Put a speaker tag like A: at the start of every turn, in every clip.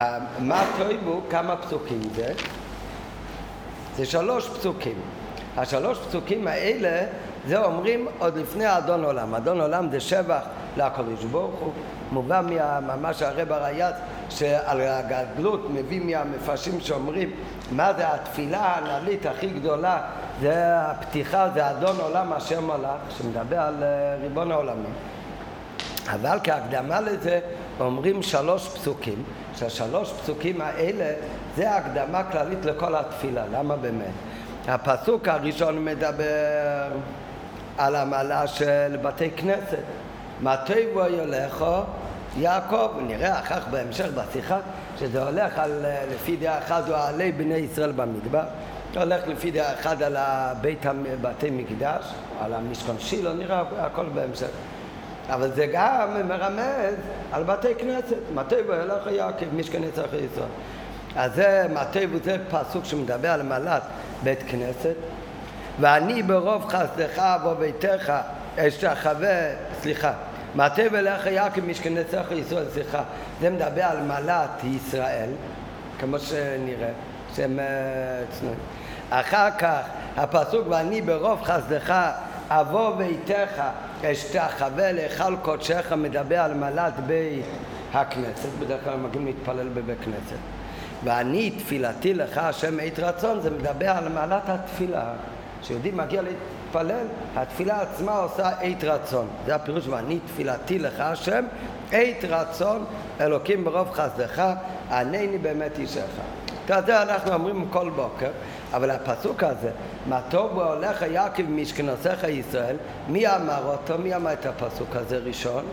A: מה תויבו, כמה פסוקים זה? זה 3 פסוקים. השלוש פסוקים האלה, זה אומרים עוד לפני אדון עולם. אדון עולם זה שבח לקדוש ברוך הוא. מובא ממש הרב הריי"צ שעל הגדלות מביא מהמפרשים שאומרים מה זה התפילה הנעלית הכי גדולה, זה הפתיחה, זה אדון עולם אשר מלך, שמדבר על ריבון העולמים. אבל כהקדמה לזה אומרים 3 פסוקים, שהשלוש פסוקים האלה זה הקדמה כללית לכל התפילה. למה באמת? הפסוק הראשון מדבר על המעלה של בתי כנסת. מה טובו ילכו יעקב, נראה אחר כך בהמשך בשיחה שזה הולך על, לפי דעה אחת הוא עלי בני ישראל במדבר, הולך לפי דעה אחת על בתי מקדש, על המשכן שילה, נראה הכל בהמשך. אבל זה גם מרמז על בתי כנסת. מה טובו ילכו יעקב משכן ישראל. אז זה מה טובו, זה פסוק שמדבר על מעלת בית כנסת. ואני ברוב חסדך וביתך אשתחווה, מה טובו ילכו יעקב משכן ישראל, זה מדבר על מעלת ישראל, כמו שנראה, שהם צנועים. אחר כך הפסוק ואני ברוב חסדך אבוא ביתך אשתחווה להיכל קודשך, מדבר על מעלת בית הכנסת, בדרך כלל מגיעים להתפלל בבית כנסת. ואני תפילתי לך השם עת רצון, זה מדבר על מעלת התפילה, שיהודי מגיע להתפלל, התפילה עצמה עושה עת רצון. זה הפירוש ואני תפילתי לך השם עת רצון אלוקים ברוב חסדך ענני באמת אישך. את זה אנחנו אומרים כל בוקר, אבל הפסוק הזה, מה טובו הולך יעקב משכנותיך ישראל, מי אמר אותו? מי אמר את הפסוק הזה ראשון?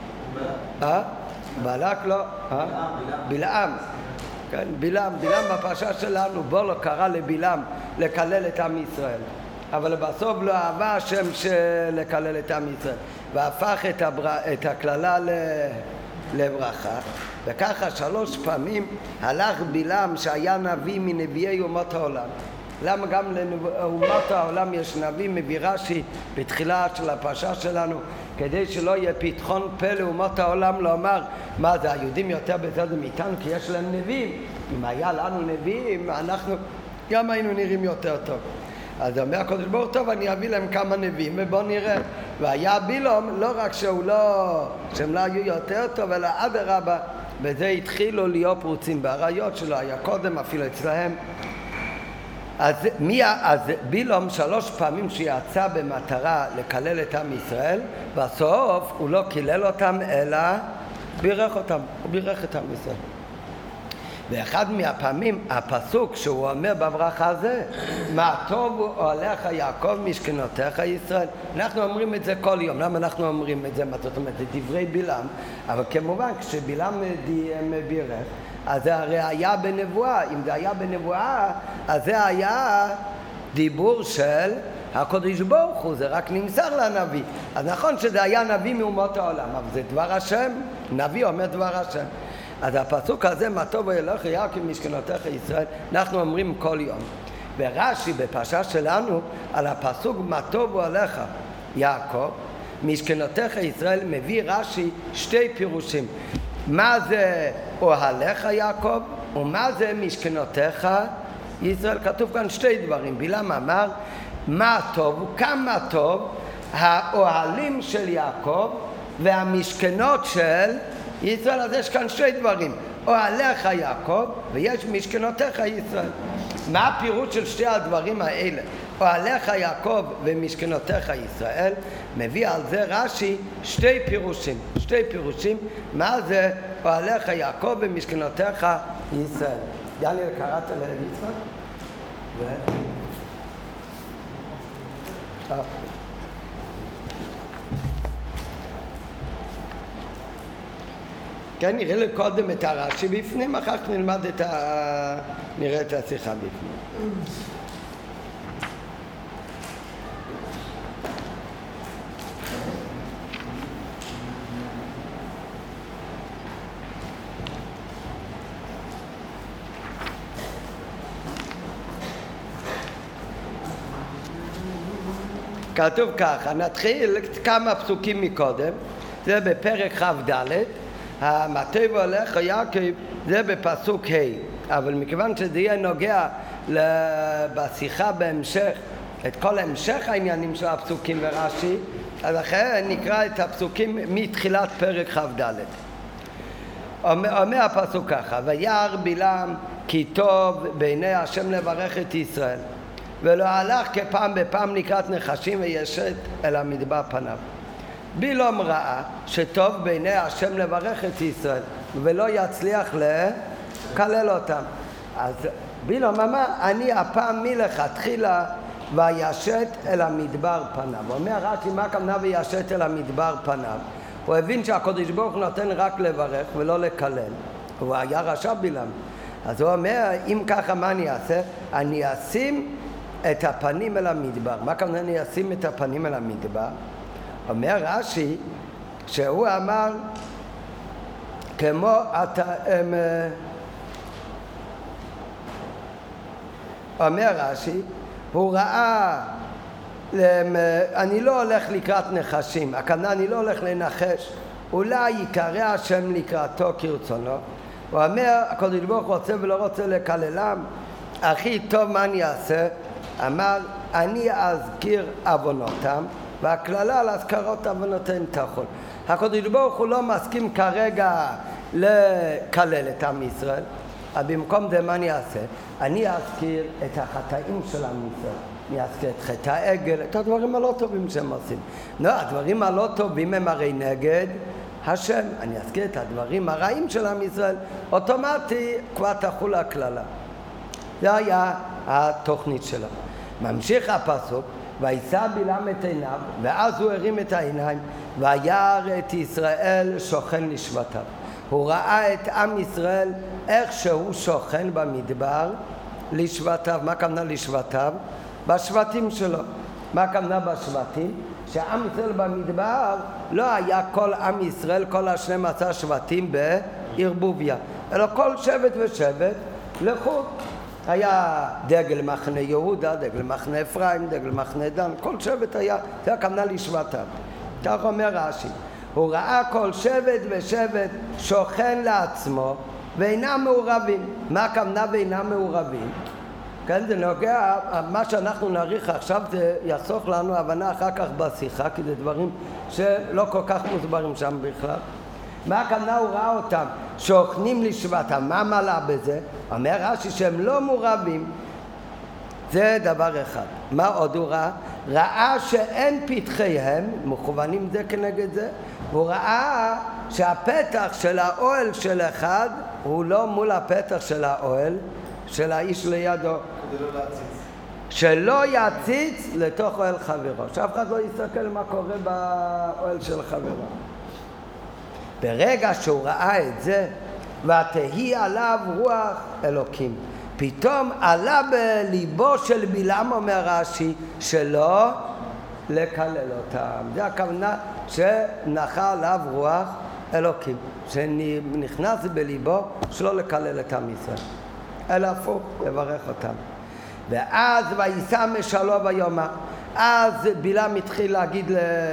A: בלק לא? בלעם. כן, בלעם בפרשה שלנו, בו לא קרא לבלעם לקלל את עם ישראל, אבל בסוף לא אהבה השם לקלל את עם ישראל והפך את הקללה לברכה. וככה 3 פעמים הלך בלעם שהיה נביא מנביאי אומות העולם. למה גם לאומות העולם יש נביא? מביא רש"י בתחילה של הפרשה שלנו, כדי שלא יהיה פתחון פה לאומות העולם לומר מה זה, היהודים יותר בסדר מאיתנו כי יש להם נביאים. אם היה לנו נביאים אנחנו גם היינו נראים יותר טוב. אז אומר הקדוש ברוך הוא, טוב, אני אביא להם כמה נביאים ובוא נראה. והיה בלעם, לא רק שהם לא היו יותר טוב, אלא אדרבה, וזה התחילו להיות פרוצים בעריות שלא היה קודם אפילו אצלהם. אז בלעם 3 פעמים שיצא במטרה לקלל את עם ישראל, בסוף הוא לא קילל אותם אלא בירך אותם, הוא בירך את עם ישראל. ואחד מהפעמים הפסוק שהוא אומר בברכה הזה, מה טוב הולך יעקב משכנותיך ישראל. אנחנו אומרים את זה כל יום. למה אנחנו אומרים את זה? מה זאת אומרת? זה דברי בלעם, אבל כמובן כשבלעם בירך אז זה הרי היה בנבואה. אם זה היה בנבואה אז זה היה דיבור של הקדוש ברוך הוא, זה רק נמסר לנביא. אז נכון שזה היה נביא מאומות העולם, אבל זה דבר השם, נביא אומר דבר השם. אז הפסוק הזה, מה טובו ילך יעקב משכנותיך ישראל, אנחנו אומרים כל יום. ורש"י בפרשה שלנו על הפסוק מה טובו הולך יעקב משכנותיך ישראל מביא רש"י 2 פירושים. מה זה אוהליך יעקב ומה זה משכנותיך ישראל. כתוב כאן 2 דברים. בלעם אמר מה טוב, כמה טוב האוהלים של יעקב והמשכנות של ישראל. אז יש כאן 2 דברים, אוהליך יעקב ויש משכנותיך ישראל. מה הפירוש של 2 הדברים האלה, אוהליך יעקב ומשכנותיך ישראל? מביא על זה רש"י 2 פירושים מה זה אוהליך יעקב ומשכנותיך ישראל. דניאל, קראת ליצחק? כן, נראה לי קודם את הרש"י בפנים, אחר כך נלמד נראה את השיחה בפנים. כתוב ככה, נתחיל כמה פסוקים מקודם, זה בפרק כ"ד, המטה והולך יעקב זה בפסוק ה', אבל מכיוון שזה יהיה נוגע בשיחה בהמשך, את כל המשך העניינים של הפסוקים ורש"י, אז לכן נקרא את הפסוקים מתחילת פרק כ"ד. אומר הפסוק ככה: וירא בלעם כי טוב בעיני השם לברך את ישראל, ולא הלך כפעם בפעם לקראת נחשים וישת אל המדבר פניו. בלעם ראה שטוב בעיני השם לברך את ישראל ולא יצליח לקלל אותם, אז בלעם אמר אני הפעם מלכתחילה וישת אל המדבר פניו. הוא אומר רש"י, מה הכוונה וישת אל המדבר פניו? הוא הבין שהקדוש ברוך הוא נותן רק לברך ולא לקלל, הוא היה רשע בלעם. אז הוא אומר אם ככה מה אני אעשה? אני אשים את הפנים אל המדבר. מה הכוונה אני אשים את הפנים אל המדבר? אומר רש"י שהוא אמר כמו אומר רש"י הוא ראה אני לא הולך לקראת נחשים, הכוונה אני לא הולך לנחש, אולי יקרא השם לקראתו כרצונו. הוא אומר הקדוש ברוך הוא רוצה ולא רוצה לקללם, הכי טוב מה אני אעשה? אמר אני אזכיר עוונותם והכללה על הזכרות עוונותיהם תחול. הקדוש ברוך הוא לא מסכים כרגע לקלל את עם ישראל, אז במקום זה מה אני אעשה? אני אזכיר את החטאים של עם ישראל, אני אזכיר את חטא העגל, את הדברים הלא טובים שהם עושים. לא, הדברים הלא טובים הם הרי נגד השם, אני אזכיר את הדברים הרעים של עם ישראל, אוטומטי כבר תחול הכללה. זה היה התוכנית שלו. ממשיך הפסוק, וישא בלעם את עיניו, ואז הוא הרים את העיניים, וירא את ישראל שוכן לשבטיו. הוא ראה את עם ישראל איך שהוא שוכן במדבר לשבטיו. מה הכוונה לשבטיו? בשבטים שלו. מה הכוונה בשבטים? שעם ישראל במדבר לא היה כל עם ישראל, כל 12 שבטים בערבוביה, אלא כל שבט ושבט לחוד. היה דגל מחנה יהודה, דגל מחנה אפרים, דגל מחנה דן, כל שבט היה, זה הכוונה לשבטיו. כך אומר רש"י, הוא ראה כל שבט ושבט שוכן לעצמו ואינם מעורבים. מה הכוונה ואינם מעורבים? כן, זה נוגע, מה שאנחנו נעריך עכשיו זה יחסוך לנו הבנה אחר כך בשיחה, כי זה דברים שלא כל כך מוסברים שם בכלל. מה הכוונה הוא ראה אותם? שוכנים לשבטם. מה מעלה בזה? אומר רש"י שהם לא מעורבים. זה דבר אחד. מה עוד הוא ראה? ראה שאין פתחיהם, מכוונים זה כנגד זה, הוא ראה שהפתח של האוהל של אחד הוא לא מול הפתח של האוהל של האיש לידו. כדי לא להציץ. שלא יציץ לתוך אוהל חברו, שאף אחד לא יסתכל מה קורה באוהל של חברו. ברגע שהוא ראה את זה, ותהי עליו רוח אלוקים, פתאום עלה בליבו של בלעם, אומר רש"י, שלא לקלל אותם. זה הכוונה שנחל עליו רוח אלוקים, שנכנס בליבו שלא לקלל את עם ישראל, אלא הפוך, לברך אותם. ואז וישא משלו ויאמר, אז בלעם התחיל להגיד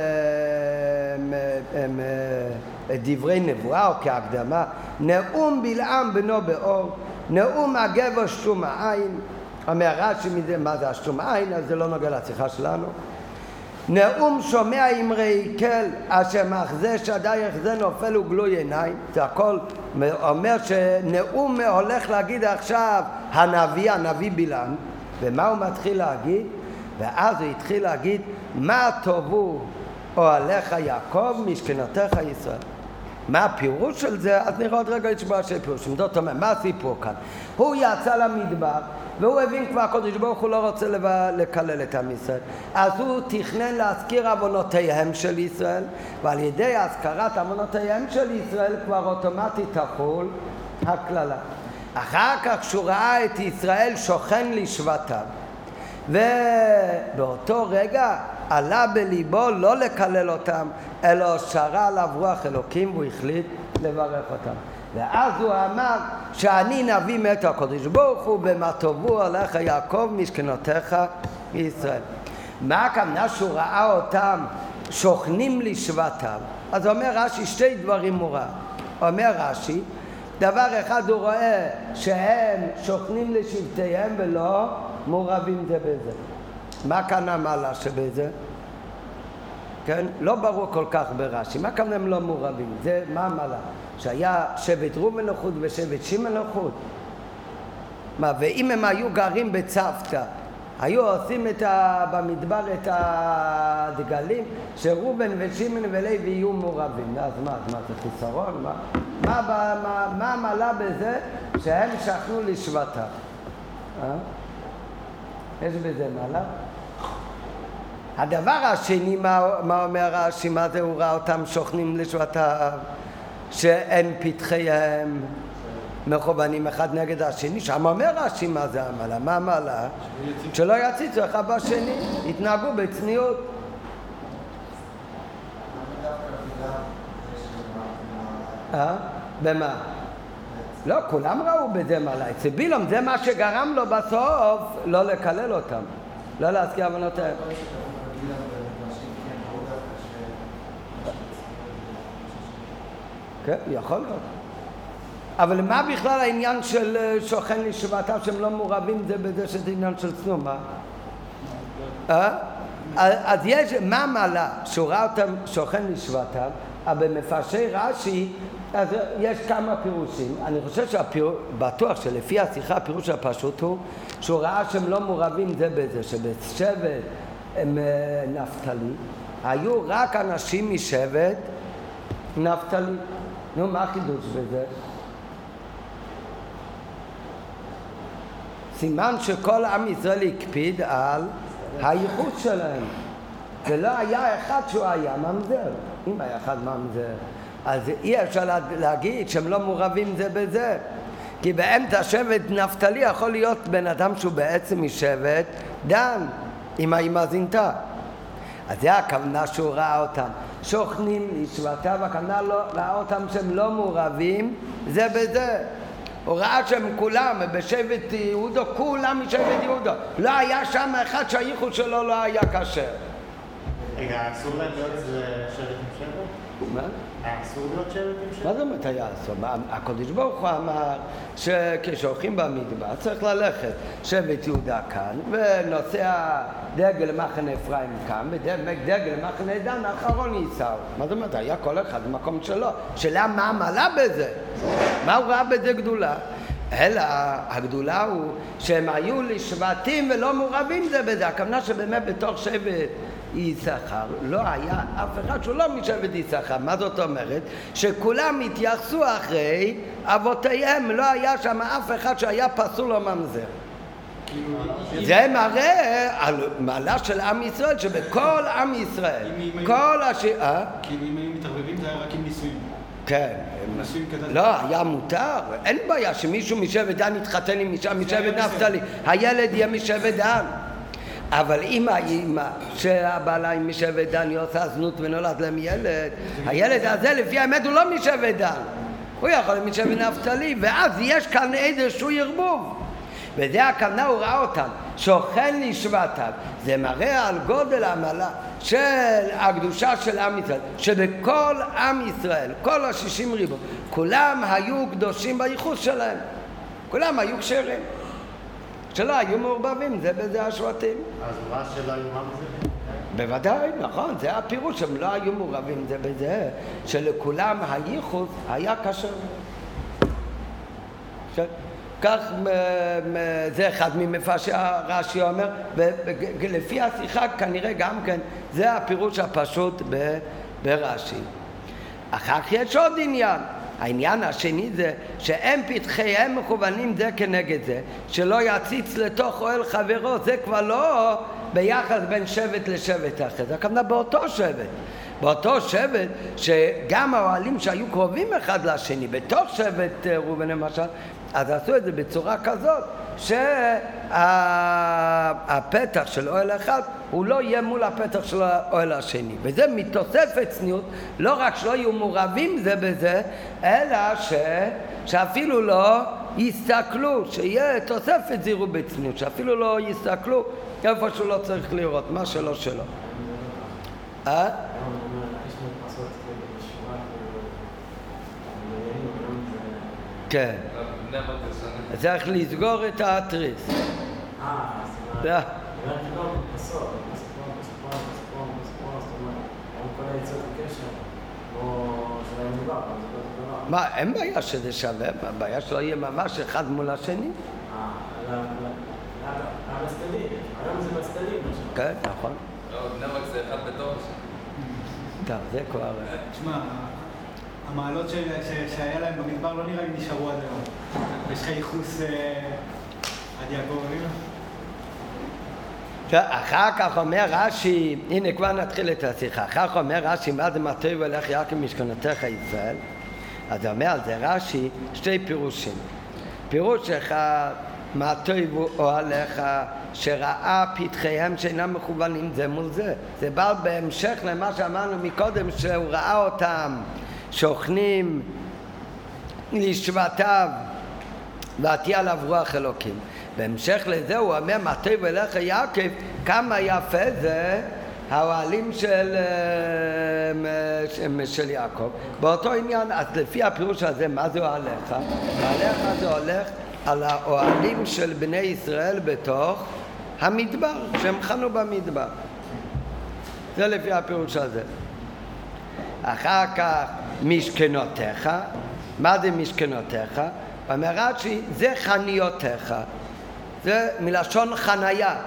A: דברי נבואה או כהקדמה, נאום בלעם בנו באור, נאום הגבר שום העין. אומר רש"י מזה, מה זה השום העין? אז זה לא נוגע לשיחה שלנו. נאום שומע אמרי כל, אשר מחזה שדי יחזה נופל וגלוי עיניים. זה הכל אומר שנאום הולך להגיד עכשיו הנביא בלעם. ומה הוא מתחיל להגיד? ואז הוא התחיל להגיד, מה טובו אוהליך יעקב משכנותיך ישראל. מה הפירוש של זה? אז נראה עוד רגע ישבוע של פירוש. זאת אומרת, מה הסיפור כאן? הוא יצא למדבר והוא הבין כבר הקדוש ברוך הוא לא רוצה לקלל את עם ישראל, אז הוא תכנן להזכיר עוונותיהם של ישראל, ועל ידי הזכרת עוונותיהם של ישראל כבר אוטומטית תחול הכללה. אחר כך כשהוא ראה את ישראל שוכן לשבטיו, ובאותו רגע עלה בליבו לא לקלל אותם, אלא שרה עליו רוח אלוקים, והוא החליט לברך אותם. ואז הוא אמר שאני נביא מת הקדוש ברוך הוא, במה טובו עליך יעקב משכנותיך ישראל. מה הכוונה שהוא ראה אותם שוכנים לשבטיו? אז אומר רש"י שתי דברים הוא ראה. אומר רש"י, דבר אחד הוא רואה שהם שוכנים לשבטיהם ולא מעורבים זה בזה. מה כאן המעלה שבזה? כן? לא ברור כל כך ברש"י. מה כאן הם לא מעורבים? זה מה המעלה? שהיה שבט ראובן לחוד ושבט שמעון לחוד. מה, ואם הם היו גרים בצוותא, היו עושים במדבר את הדגלים שראובן ושמעון ולוי יהיו מעורבים. אז מה זה חיסרון? מה המעלה בזה שהם שכנו לשבטם? יש בזה מעלה? הדבר השני, מה אומר רש"י? מה זה הוא ראה אותם שוכנים לשבטיו? שאין פתחיהם מכוונים אחד נגד השני. שם אומר רש"י מה זה המעלה? מה המעלה? שלא יציצו אחד בשני, יתנהגו בצניעות. במה? לא, כולם ראו בזה מעלה. אצל בילעם זה מה שגרם לו בסוף לא לקלל אותם, לא להזכיר הבנותיהם. כן, יכול להיות. אבל מה בכלל העניין של שוכן לשבטיו שהם לא מעורבים זה בזה שזה עניין של צנוע? אז יש, מה המעלה? שהוא ראה אותם שוכן לשבטיו, אבל במפרשי רש"י אז יש כמה פירושים. אני חושב בטוח שלפי השיחה הפירוש הפשוט הוא שהוא ראה שהם לא מעורבים זה בזה, שבשבט נפתלי היו רק אנשים משבט נפתלי. נו, מה החידוש בזה? סימן שכל עם ישראל הקפיד על הייחוד שלהם. ולא היה אחד שהוא היה ממזר. אם היה אחד ממזר, אז אי אפשר להגיד שהם לא מעורבים זה בזה. כי באמצע שבט נפתלי יכול להיות בן אדם שהוא בעצם משבט דן, עם האמא זינתה. אז זה הכוונה שהוא ראה אותם. שוכנים לשבטיו, הכוונה ראה אותם שהם לא מעורבים זה בזה. הוא ראה שהם כולם בשבט יהודו, כולם משבט יהודו. לא היה שם אחד שהייחוד שלו לא היה כשר.
B: רגע, אסור להם להיות שבט עם שבט?
A: מה?
B: אסור להיות שבט עם שבט?
A: מה זאת אומרת היה אסור? הקדוש ברוך הוא אמר שכשהולכים במדבר צריך ללכת שבט יהודה כאן ונוסע דגל מחנה אפרים כאן ודגל מחנה דן האחרון ייסעו. מה זאת אומרת? היה כל אחד במקום שלו. שאלה מה המעלה בזה? מה הוא ראה בזה גדולה? אלא הגדולה הוא שהם היו לשבטים ולא מעורבים זה בזה. הכוונה שבאמת בתוך שבט יששכר לא היה אף אחד שהוא לא משבט יששכר. מה זאת אומרת? שכולם התייחסו אחרי אבותיהם, לא היה שם אף אחד שהיה פסול או ממזר. זה מראה על מעלה של עם ישראל, שבכל עם ישראל כל
C: כאילו אם היו מתערבבים זה היה רק עם נישואים.
A: כן, לא, היה מותר, אין בעיה שמישהו משבט דן יתחתן עם אישה משבט נפתלי, הילד יהיה משבט דן. אבל אם האמא שהבעלה היא משבט דן היא עושה זנות ונולד להם ילד, הילד הזה לפי האמת הוא לא משבט דן, הוא יכול להיות משבט נפתלי, ואז יש כאן איזשהו ערבוב. וזה הכוונה, הוא ראה אותם שוכן לשבטיו. זה מראה על גודל המעלה של הקדושה של עם ישראל, שבכל עם ישראל, כל 60 ריבו, כולם היו קדושים בייחוד שלהם, כולם היו כשרים, שלא היו מעורבבים זה בזה השבטים.
B: אז מה שלא היו ממזרים?
A: בוודאי, נכון, זה הפירוש, הם לא היו מעורבים זה בזה, שלכולם הייחוד היה כשר. כך זה אחד ממפרשי רש"י אומר, ולפי השיחה כנראה גם כן זה הפירוש הפשוט ברש"י. אחר כך יש עוד עניין. העניין השני זה שהם פתחיהם מכוונים זה כנגד זה, שלא יציץ לתוך אוהל חברו. זה כבר לא ביחס בין שבט לשבט אחר, זה הכוונה באותו שבט שגם האוהלים שהיו קרובים אחד לשני בתוך שבט ראובן למשל, אז עשו את זה בצורה כזאת שהפתח של אוהל אחד הוא לא יהיה מול הפתח של האוהל השני, וזה מתוספת צניעות, לא רק שלא יהיו מעורבים זה בזה, אלא שאפילו לא יסתכלו, שיהיה תוספת זהירות בצניעות, שאפילו לא יסתכלו איפה שהוא לא צריך לראות, מה שלא שלו. כן. צריך לסגור את התריס.
D: אז רק לא בסוף, כל היצור בקשר, או שלא מדובר,
A: מה, אין בעיה שזה שווה, הבעיה שלא יהיה ממש אחד מול השני.
D: בסטלים, היום זה בסטלים.
A: כן, נכון.
E: לא, נבק זה אחד בתור.
A: טוב, זה כבר...
C: תשמע, המעלות שהיה להם במדבר לא נראה לי נשארו עד היום. יש לך ייחוס עד יעקב אבינו?
A: אחר כך אומר רש"י, הנה כבר נתחיל את השיחה, אחר כך אומר רש"י, מה זה מה טוב הולך יעקב משכנותיך ישראל? אז אומר על זה רש"י שתי פירושים. פירוש אחד, מה טוב אוהליך שראה פתחיהם שאינם מכוונים זה מול זה. זה בא בהמשך למה שאמרנו מקודם, שהוא ראה אותם שוכנים לשבטיו ועטי עליו רוח אלוקים. בהמשך לזה הוא אומר, מה טוב אליך יעקב, כמה יפה זה האוהלים של יעקב. באותו עניין, אז לפי הפירוש הזה, מה זה אוהליך? אוהליך זה הולך על האוהלים של בני ישראל בתוך המדבר, שהם חנו במדבר. זה לפי הפירוש הזה. אחר כך, משכנותיך. מה זה משכנותיך? אומר רש"י, זה חניותיך. זה מלשון חנייה.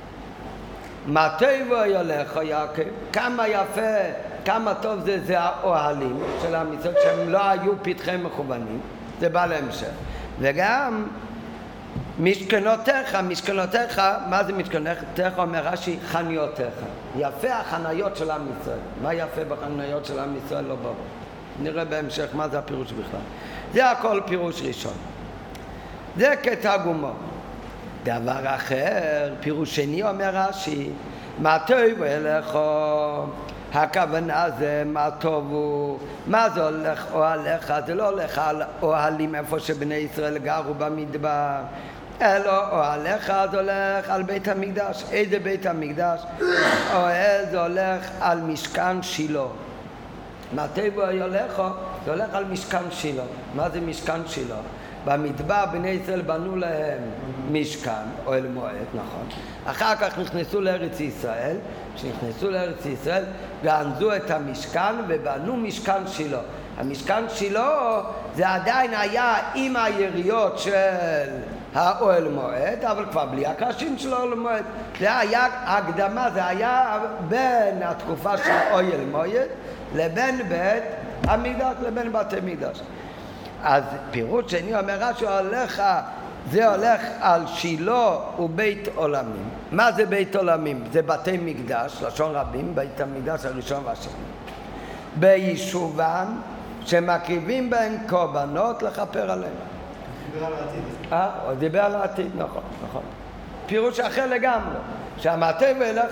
A: מה טוב אוהליך יעקב, כמה יפה, כמה טוב זה האוהלים של המצוות שהם לא היו פתחי מכוונים, זה בא להמשך. וגם משכנותיך, מה זה משכנותיך? אומר רש"י, חניותיך. יפה החניות של עם ישראל. מה יפה בחניות של עם ישראל? לא ברור. נראה בהמשך מה זה הפירוש בכלל. זה הכל פירוש ראשון. זה כתרגומו. דבר אחר, פירוש שני אומר רש"י, מה טוב אליך, הכוונה זה מה טוב הוא, מה זה הולך אוהליך, זה לא הולך על אוהלים איפה שבני ישראל גרו במדבר, אלא אוהליך זה הולך על בית המקדש. איזה בית המקדש? אוהל זה הולך על משכן שילה. מה טוב אוהליך זה הולך על משכן שילה. מה זה משכן שילה? במדבר בני ישראל בנו להם משכן, אוהל מועד, נכון. אחר כך נכנסו לארץ ישראל, כשנכנסו לארץ ישראל גנזו את המשכן ובנו משכן שילה. המשכן שילה זה עדיין היה עם היריות של האוהל מועד, אבל כבר בלי הקרשים של האוהל מועד. זה היה הקדמה, זה היה בין התקופה של אוהל מועד לבין בית המקדש, לבין בתי מקדש. אז פירוש שני אומר רש"י, זה הולך על שילה ובית עולמים. מה זה בית עולמים? זה בתי מקדש, לשון רבים, בית המקדש הראשון והשני. ביישובם שמקריבים בהם קורבנות לכפר עליהם.
C: דיבר על העתיד.
A: הוא דיבר על העתיד, נכון, נכון. פירוש אחר לגמרי. שהמטה ואליך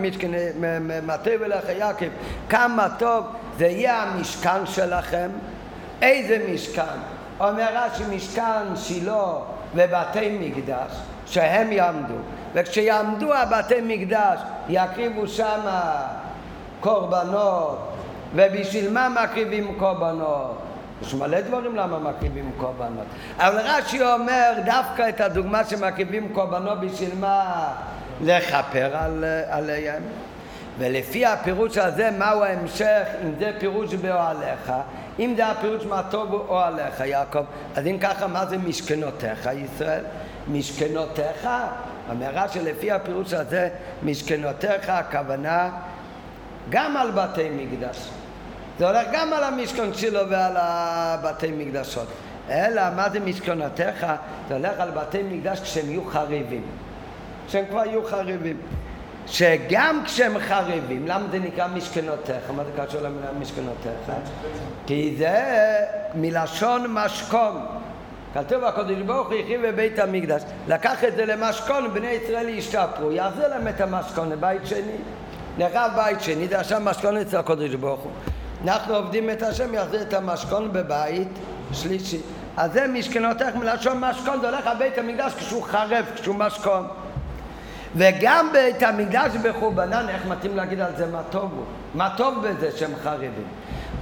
A: יעקב, כמה טוב זה יהיה המשכן שלכם. איזה משכן? אומר רש"י, משכן שילה ובתי מקדש שהם יעמדו, וכשיעמדו הבתי מקדש יקריבו שם קורבנות. ובשביל מה מקריבים קורבנות? יש מלא דברים למה מקריבים קורבנות, אבל רש"י אומר דווקא את הדוגמה שמקריבים קורבנות בשביל מה? לכפר עליהם. ולפי הפירוש הזה, מהו ההמשך? אם זה פירוש באוהליך, אם זה הפירוש מה טוב אוהליך יעקב, אז אם ככה, מה זה משכנותיך ישראל? משכנותיך, אמרה שלפי הפירוש הזה, משכנותיך הכוונה גם על בתי מקדש. זה הולך גם על המשכן שלו ועל הבתי מקדשות. אלא מה זה משכנותיך? זה הולך על בתי מקדש כשהם יהיו חריבים. כשהם כבר יהיו חריבים. שגם כשהם חריבים, למה זה נקרא משכנותיך? מה זה קשור למילה משכנותיך? כי זה מלשון משכון. כתוב הקדוש ברוך הוא החריב בבית המקדש, לקח את זה למשכון, בני ישראל ישתפרו, יחזיר להם את המשכון לבית שני. נחרב בית שני, זה עכשיו משכון אצל הקדוש ברוך הוא. אנחנו עובדים את השם, יחזיר את המשכון בבית שלישי. אז זה משכנותיך מלשון משכון, זה הולך על בית המקדש כשהוא חרב, כשהוא משכון. וגם בית המקדש בחורבנן, איך מתאים להגיד על זה מה טוב הוא? מה טוב בזה שהם חרבים?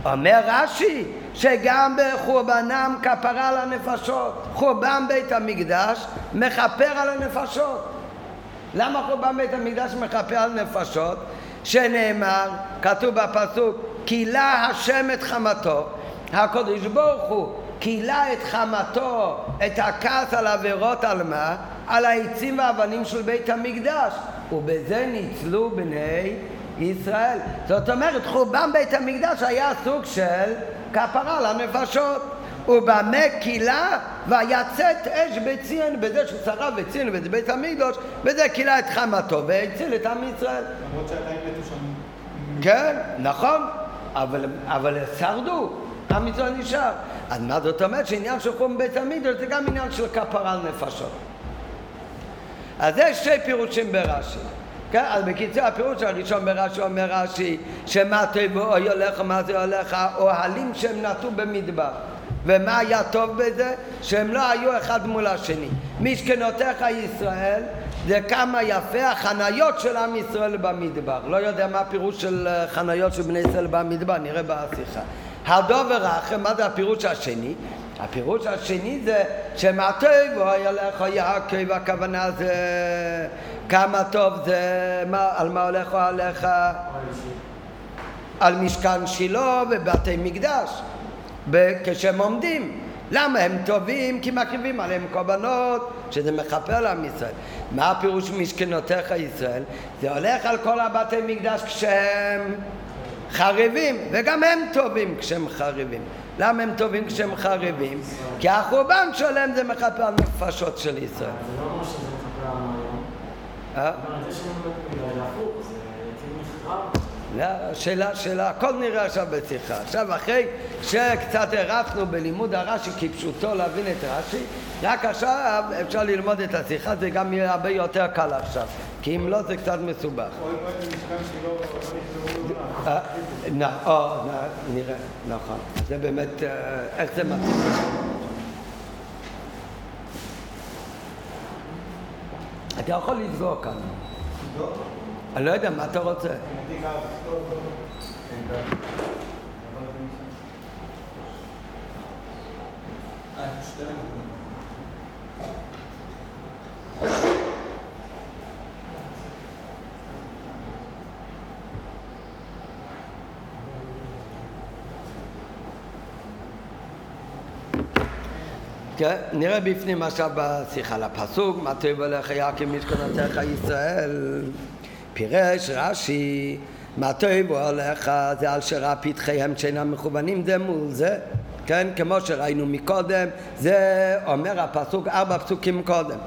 A: אומר רש"י שגם בחורבנם כפרה על הנפשות. חורבן בית המקדש מכפר על הנפשות. למה חורבן בית המקדש מכפר על נפשות? שנאמר, כתוב בפסוק, כילה השם את חמתו. הקדוש ברוך הוא כילה את חמתו, את הכעס על עבירות על מה? על העצים והאבנים של בית המקדש, ובזה ניצלו בני ישראל. זאת אומרת, חורבן בית המקדש היה סוג של כפרה על הנפשות. ובמה כילה? ויצאת אש בציון, בזה ששרף בציון ואת בית המקדש, בזה כילה את חמתו והציל את עם ישראל.
C: למרות שעדיין מתו שם.
A: כן, נכון, אבל שרדו, עם ישראל נשאר. אז מה זאת אומרת? שעניין של חורבן בית המקדש זה גם עניין של כפרה על נפשות. אז יש שתי פירושים ברש"י. כן? אז בקיצור הפירוש הראשון ברש"י אומר רש"י שמה טוב אוי הולך ומה זה הולך, אוהלים שהם נטו במדבר. ומה היה טוב בזה? שהם לא היו אחד מול השני. משכנותיך ישראל זה כמה יפה החניות של עם ישראל במדבר. לא יודע מה הפירוש של חניות של בני ישראל במדבר, נראה בשיחה. הדובר האחר, מה זה הפירוש השני? הפירוש השני זה שמה טוב אוי הולך יעקב, הכוונה זה כמה טוב זה, על מה הולך או הולך? על משכן שילה ובתי מקדש כשהם עומדים. למה הם טובים? כי מקריבים עליהם קורבנות, שזה מכפר לעם ישראל. מה הפירוש משכנותיך ישראל? זה הולך על כל הבתי מקדש כשהם חריבים, וגם הם טובים כשהם חריבים. למה הם טובים כשהם חריבים? כי החורבן שלהם זה מכפר על נפשות של ישראל.
D: זה לא אומר שזה מכפר על היום. זה שהם להפוך, זה כאילו נחרב.
A: שאלה, הכל נראה עכשיו בשיחה. עכשיו אחרי שקצת הרפנו בלימוד הרש"י כפשוטו להבין את רש"י, רק עכשיו אפשר ללמוד את השיחה, זה גם יהיה הרבה יותר קל עכשיו, כי אם לא זה קצת מסובך.
C: או אם את המשכן שלא נכתבו
A: נראה, נכון. זה באמת, איך זה מתאים? אתה יכול לסגור כאן. אני לא יודע מה אתה רוצה. כן, נראה בפנים עכשיו בשיחה לפסוק, מה טוב אליך יעקב משכנותיך ישראל. פירש רש"י, מה טוב אליך זה על שראה פתחיהם שאינם מכוונים זה מול זה, כן, כמו שראינו מקודם, זה אומר הפסוק 4 פסוקים קודם.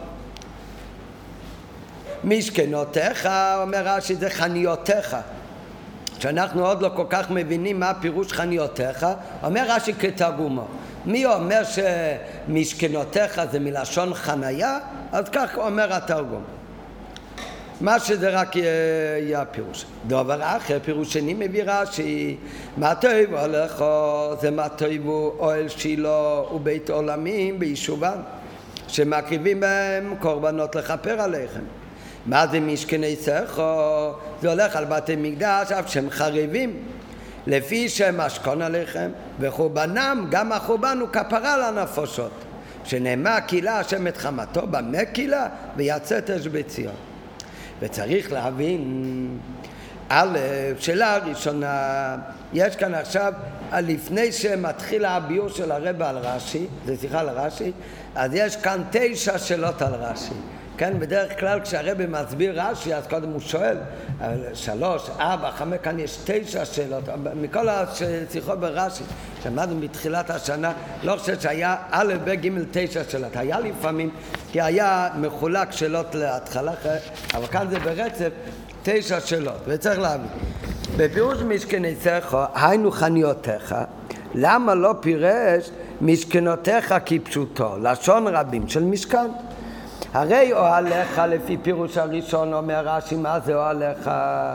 A: משכנותיך, אומר רש"י, זה חניותיך, שאנחנו עוד לא כל כך מבינים מה פירוש חניותיך. אומר רש"י כתרגומו, מי אומר שמשכנותיך זה מלשון חניה? אז כך אומר התרגום, מה שזה רק יהיה הפירוש. דבר אחר, פירוש שני מביא רש"י, מה טוב הולך זה מה טוב אוהל שילה ובית עולמים ביישובם, שמקריבים בהם קורבנות לכפר עליכם. מה זה משכני סכו? זה הולך על בתי מקדש אף שהם חריבים, לפי שהם משכון עליכם, וחורבנם, גם החורבן הוא כפרה לנפשות, שנאמר כילה השם את חמתו, במה כילה? ויצאת אש בציון. וצריך להבין, א', שאלה הראשונה, יש כאן עכשיו, לפני שמתחיל הביור של הרב על רש"י, זה שיחה על רש"י, אז יש כאן 9 שאלות על רש"י. כן, בדרך כלל כשהרב מסביר רש"י, אז קודם הוא שואל, 3, 4, 5, כאן יש 9 שאלות, מכל השיחות ברש"י, שמענו מתחילת השנה, לא חושב שהיה א', ב', ג' 9 שאלות, היה לפעמים, כי היה מחולק שאלות להתחלה, אבל כאן זה ברצף 9 שאלות, וצריך להבין. בפירוש משכני סכו, היינו חניותיך, למה לא פירש משכנותיך כפשוטו, לשון רבים של משכן? הרי אוהליך לפי פירוש הראשון אומר רש"י, מה זה אוהליך?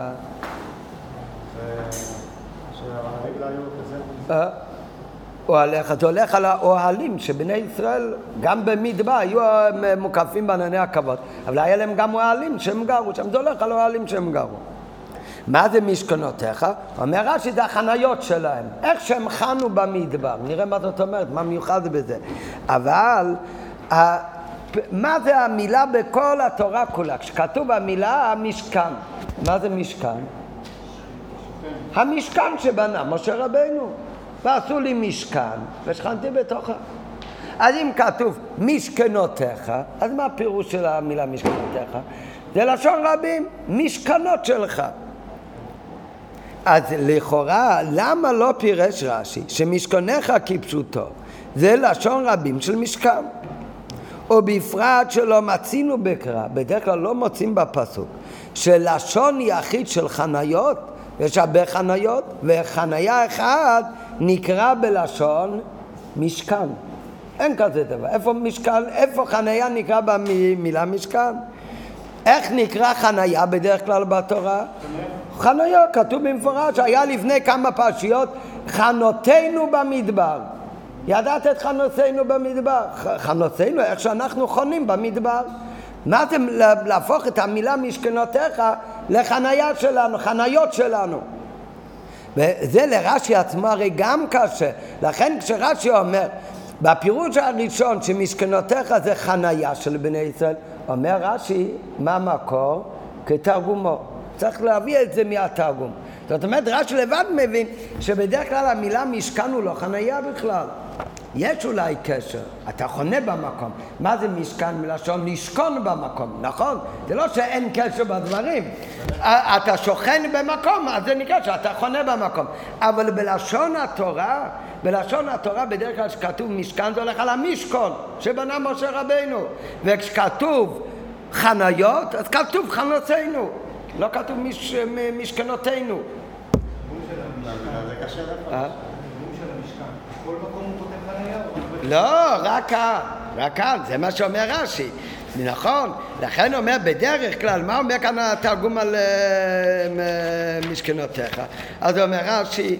A: אוהליך, זה הולך על האוהלים שבני ישראל גם במדבר היו מוקפים בענני הכבוד, אבל היה להם גם אוהלים שהם גרו שם, זה הולך על האוהלים שהם גרו. מה זה משכנותיך? אומר רש"י, זה החניות שלהם, איך שהם חנו במדבר. נראה מה זאת אומרת, מה מיוחד בזה. אבל מה זה המילה בכל התורה כולה? כשכתוב המילה המשכן, מה זה משכן? המשכן שבנה משה רבינו, ועשו לי משכן ושכנתי בתוכה. אז אם כתוב משכנותיך, אז מה הפירוש של המילה משכנותיך? זה לשון רבים, משכנות שלך. אז לכאורה, למה לא פירש רש"י שמשכנך כפשוטו? זה לשון רבים של משכן. ובפרט שלא מצינו בקרא, בדרך כלל לא מוצאים בפסוק, שלשון יחיד של חניות, יש הרבה חניות, וחניה אחד נקרא בלשון משכן. אין כזה דבר. איפה משכן? איפה חניה נקרא במילה משכן? איך נקרא חניה בדרך כלל בתורה? חניה, כתוב במפורש, היה לפני כמה פרשיות, חנותינו במדבר. ידעת את חנותינו במדבר? חנותינו, איך שאנחנו חונים במדבר. מה זה להפוך את המילה משכנותיך לחניה שלנו, חניות שלנו? וזה לרש"י עצמו הרי גם קשה. לכן כשרש"י אומר, בפירוש הראשון שמשכנותיך זה חניה של בני ישראל, אומר רש"י, מה המקור? כתרגומו. צריך להביא את זה מהתרגום. זאת אומרת, רש"י לבד מבין שבדרך כלל המילה משכן הוא לא חניה בכלל. יש אולי קשר, אתה חונה במקום. מה זה משכן? מלשון לשכון במקום, נכון? זה לא שאין קשר בדברים. אתה שוכן במקום, אז זה נקרא שאתה חונה במקום. אבל בלשון התורה בדרך כלל שכתוב משכן זה הולך על המשכון שבנה משה רבינו. וכשכתוב חניות, אז כתוב חנותינו, לא כתוב משכנותינו.
B: זה קשה לך.
C: כל מקום הוא כותב חניה?
A: לא, רק כאן, זה מה שאומר רש"י. נכון, לכן אומר בדרך כלל, מה אומר כאן התרגום על משכנותיך? אז אומר רש"י,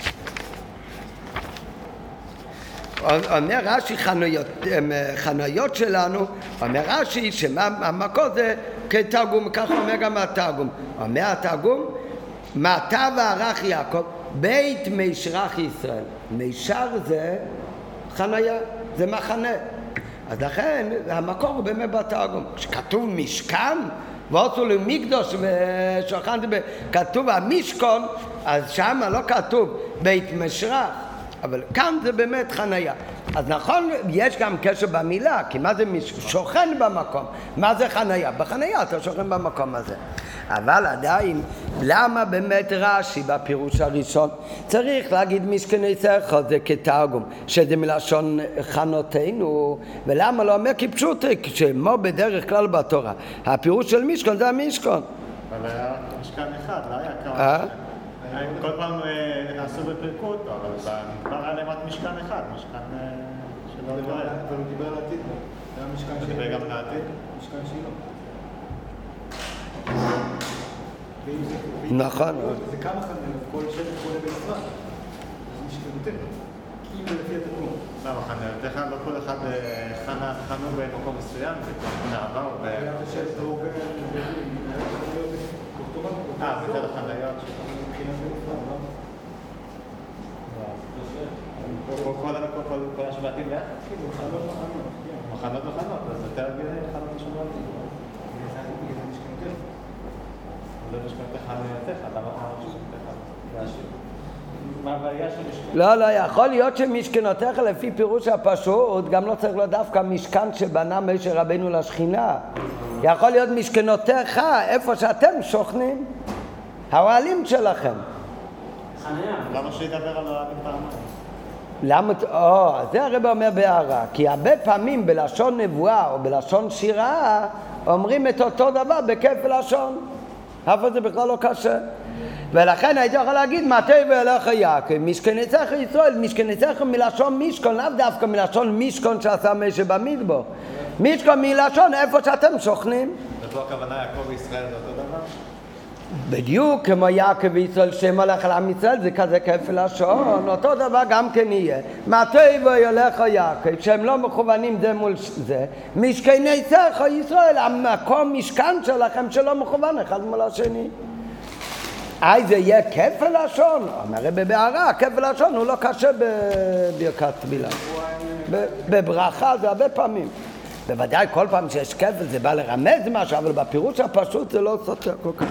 A: אומר רש"י חניות שלנו, אומר רש"י שהמקור זה כתרגום, כך אומר גם התרגום. אומר התרגום, מעתה וערך יעקב בית מישרך ישראל. מישר זה חניה, זה מחנה. אז לכן המקור הוא באמת בתרגום. כשכתוב משכן ועשו לי מקדוש ושכנתי, כתוב המשכון, אז שם לא כתוב בית משרך, אבל כאן זה באמת חניה. אז נכון, יש גם קשר במילה, כי מה זה שוכן במקום? מה זה חניה? בחניה אתה שוכן במקום הזה. אבל עדיין, למה באמת רש"י בפירוש הראשון צריך להגיד משכנותיך זה כתרגום, שזה מלשון חנותינו, ולמה לא אומר כפשוטו, כמו בדרך כלל בתורה. הפירוש של משכון זה המשכון.
B: אבל היה משכן אחד, לא היה כמה. כל פעם עשו ופרקו אותו, אבל במדבר היה להם רק משכן אחד, משכן שלא
C: אבל הוא דיבר לעתיד, זה היה משכן
B: הוא דיבר גם לעתיד?
C: משכן שלו.
A: נכון.
C: זה כמה חניות, כל שבט חונה בנפרד, אז משכנותיך, כאילו לפי התרגום.
B: למה חניותיך? לא כל אחד חנו במקום מסוים, זה נעבר או
C: היה בשבט הוא
B: בצד החניות כל השבטים ביחד? מחנות וחנות, אז יותר הגיוני מחנות ושבטים. זה משכנותיך חניותיך, למה חניותיך? מה הבעיה של משכנותיך?
A: לא, יכול להיות שמשכנותיך לפי פירוש הפשוט גם לא צריך להיות דווקא משכן שבנה משה רבינו לשכינה. יכול להיות משכנותיך איפה שאתם שוכנים, האוהלים שלכם.
B: למה שידבר על האוהלים פעמיים?
A: למה? זה הרב אומר בהערה, כי הרבה פעמים בלשון נבואה או בלשון שירה אומרים את אותו דבר בכפל לשון, אבל זה בכלל לא קשה. ולכן הייתי יכול להגיד מתי ואליך יעקב משכנתך ישראל, משכנתך מלשון משכון, לאו דווקא מלשון משכון שעשה משה במדבר, משכון מלשון איפה שאתם שוכנים.
B: זאת לא הכוונה יעקב וישראל זה אותו דבר?
A: בדיוק כמו יעקב וישראל שם הולך על עם ישראל, זה כזה כפל לשון, אותו דבר גם כן יהיה מתי ואליך יעקב, שהם לא מכוונים זה מול זה, משכנתך ישראל, המקום משכן שלכם שלא מכוון אחד מול השני. זה יהיה כפל לשון. אומר בבערה, כפל לשון הוא לא קשה בברכת בלעם. בברכה זה הרבה פעמים. בוודאי כל פעם שיש כפל זה בא לרמז משהו, אבל בפירוש הפשוט זה לא סותר כל כך.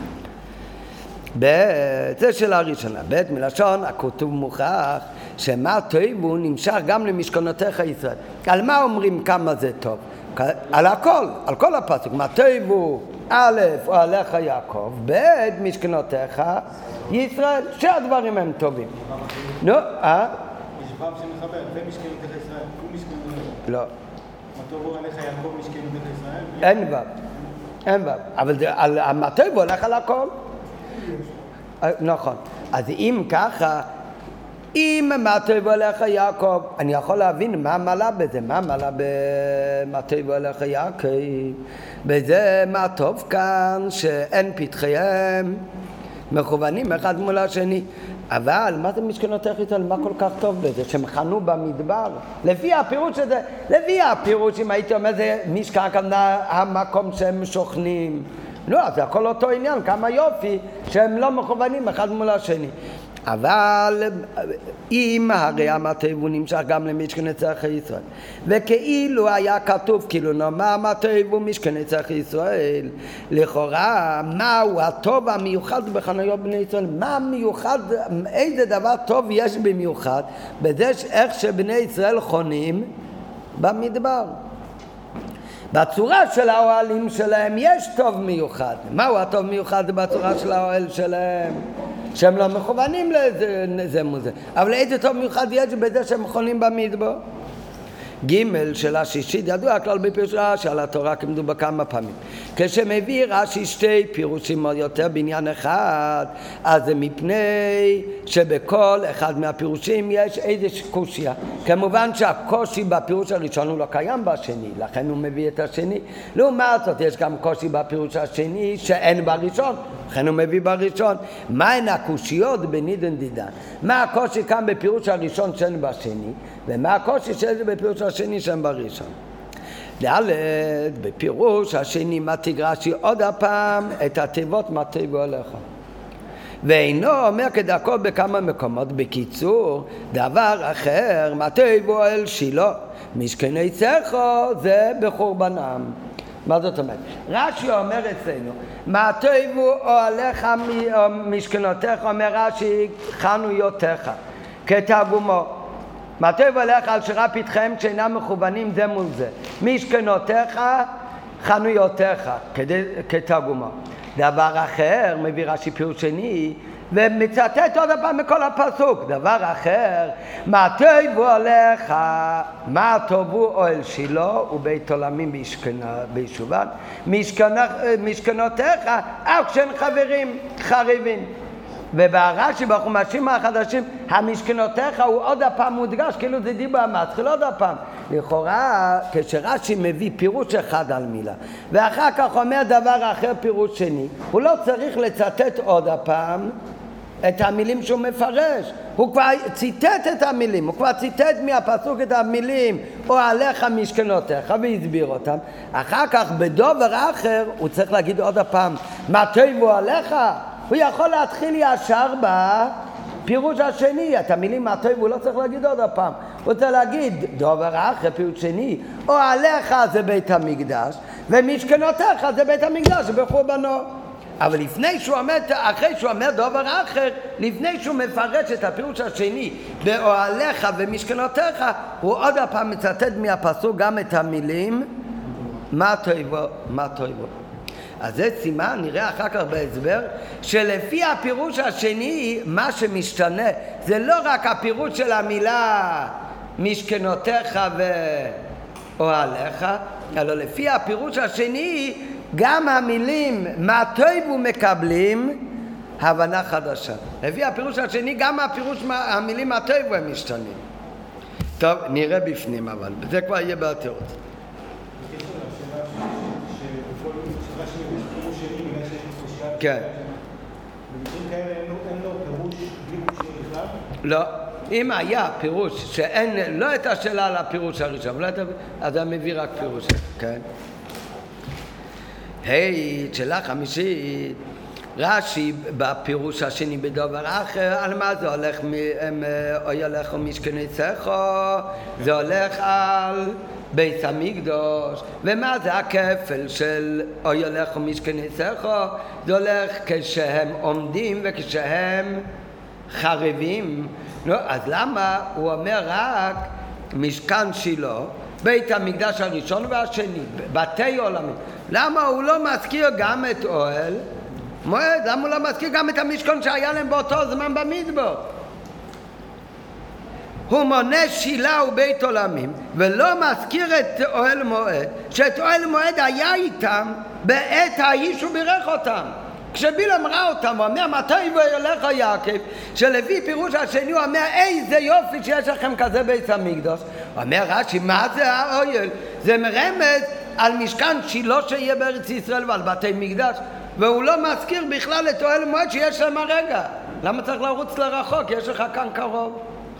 A: זה שאלה הראשונה. ב' מלשון הכתוב מוכח שמה טוב הוא נמשך גם למשכנותיך ישראל. על מה אומרים כמה זה טוב? על הכל, על כל הפסוק. מה טוב הוא א' אוהליך יעקב, ב' משכנותיך ישראל, שהדברים הם טובים. נו,
C: יש פעם שמחבר, ומשכנותיך ישראל, ומשכנותיך.
A: לא.
C: מה טוב הוא אוהליך יעקב משכנותיך ישראל?
A: אין ו', אין ו', אבל מה טוב הוא הולך על הכל. נכון. אז אם ככה, אם מה טוב הולך יעקב, אני יכול להבין מה מעלה בזה, מה מעלה במה טוב הולך יעקב. בזה מה טוב כאן שאין פתחיהם מכוונים אחד מול השני. אבל מה זה משכנותיך ישראל? מה כל כך טוב בזה? שהם חנו במדבר. לפי הפירוש הזה, לפי הפירוש אם הייתי אומר זה משכן כאן המקום שהם שוכנים. לא, זה הכל אותו עניין, כמה יופי שהם לא מכוונים אחד מול השני. אבל אם הרי המטוב הוא נמשך גם למשכן נצח ישראל, וכאילו היה כתוב כאילו נאמר המטוב הוא משכן נצח ישראל, לכאורה מהו הטוב המיוחד בחניות בני ישראל? מה מיוחד, איזה דבר טוב יש במיוחד בזה איך שבני ישראל חונים במדבר? בצורה של האוהלים שלהם יש טוב מיוחד. מהו הטוב מיוחד בצורה של האוהל שלהם? שהם לא מכוונים לזה מוזה. אבל איזה טוב מיוחד יש בזה שהם מכונים במדבר? ג' של השישית, ידוע כלל בפירושה שעל התורה כמדו בכמה פעמים. כשמביא רש"י שתי פירושים או יותר בעניין אחד, אז זה מפני שבכל אחד מהפירושים יש איזה קושיה. כמובן שהקושי בפירוש הראשון הוא לא קיים בשני, לכן הוא מביא את השני. לעומת זאת יש גם קושי בפירוש השני שאין בראשון, לכן הוא מביא בראשון. מהן הקושיות בנידן דידן? מה הקושי כאן בפירוש הראשון שאין בשני, ומה הקושי שיש בפירוש השני שאין בראשון? ד' בפירוש השני מציג רש"י עוד הפעם את התיבות מה טוב הולך, ואינו אומר כדרכו בכמה מקומות. בקיצור, דבר אחר, מה טוב אוהל שילה משכן עצך זה בחורבנם. מה זאת אומרת? רש"י אומר אצלנו מה טוב אוהליך משכנותיך, אומר רש"י חנויותיך כתרגומו. מה טוב הולך על שירה פתחיהם שאינם מכוונים זה מול זה, משכנותיך חנויותיך כתרגומו. דבר אחר מביא רש"י פירוש שני ומצטט עוד פעם מכל הפסוק. דבר אחר, מה טוב הולך, מה טוב הוא אוהל שילה ובית עולמים בישובן, משכנותיך אף כשהם חריבים. וברש"י בחומשים החדשים המשכנותיך הוא עוד הפעם מודגש כאילו זה דיבר מתחיל עוד הפעם. לכאורה כשרש"י מביא פירוש אחד על מילה ואחר כך אומר דבר אחר פירוש שני, הוא לא צריך לצטט עוד הפעם את המילים שהוא מפרש. הוא כבר ציטט את המילים, הוא כבר ציטט מהפסוק את המילים או עליך משכנותיך והסביר אותם. אחר כך בדובר אחר הוא צריך להגיד עוד הפעם מה טוב הוא עליך. הוא יכול להתחיל ישר בפירוש השני, את המילים מה טוב הוא לא צריך להגיד עוד הפעם, הוא צריך להגיד דובר אחר פירוש שני, או עליך זה בית המקדש ומשכנותיך זה בית המקדש בחורבנו. אבל לפני שהוא אומר, אחרי שהוא אומר דובר אחר, לפני שהוא מפרש את הפירוש השני באוהליך ומשכנותיך, הוא עוד הפעם מצטט מהפסוק גם את המילים מה טוב. אז זה סימן, נראה אחר כך בהסבר, שלפי הפירוש השני, מה שמשתנה, זה לא רק הפירוש של המילה משכנותיך ואוהליך, אלא לפי הפירוש השני, גם המילים מה טוב מקבלים הבנה חדשה. לפי הפירוש השני, גם המילים מה טוב הם משתנים. טוב, נראה בפנים אבל, זה כבר יהיה בתירוץ. כן.
C: במקרים כאלה אין לו פירוש בלי קושי בכלל?
A: לא. אם היה פירוש שאין, לא את השאלה על הפירוש הראשון, אז אני מביא רק פירוש. כן. שאלה חמישית. רש"י בפירוש השני בדבר אחר, על מה זה הולך? אוי הולך ומשכני סכו, זה הולך על בית המקדוש. ומה זה הכפל של אוי הולך ומשכני סכו? זה הולך כשהם עומדים וכשהם חרבים. לא, אז למה הוא אומר רק משכן שילה, בית המקדש הראשון והשני, בתי עולמים? למה הוא לא מזכיר גם את אוהל מועד? למה הוא לא מזכיר גם את המשכן שהיה להם באותו זמן במדבר? הוא מונה שילה ובית עולמים ולא מזכיר את אוהל מועד, שאת אוהל מועד היה איתם בעת האיש ובירך אותם. כשבילעם ראה אותם, הוא אומר מתי וילך יעקב, שלפי פירוש השני הוא אומר איזה יופי שיש לכם כזה בית המקדש. הוא אומר רש"י, מה זה האוהל? זה מרמז על משכן שילה שיהיה בארץ ישראל ועל בתי מקדש, והוא לא מזכיר בכלל את אוהל מועד שיש להם הרגע. למה צריך לרוץ לרחוק? יש לך כאן קרוב.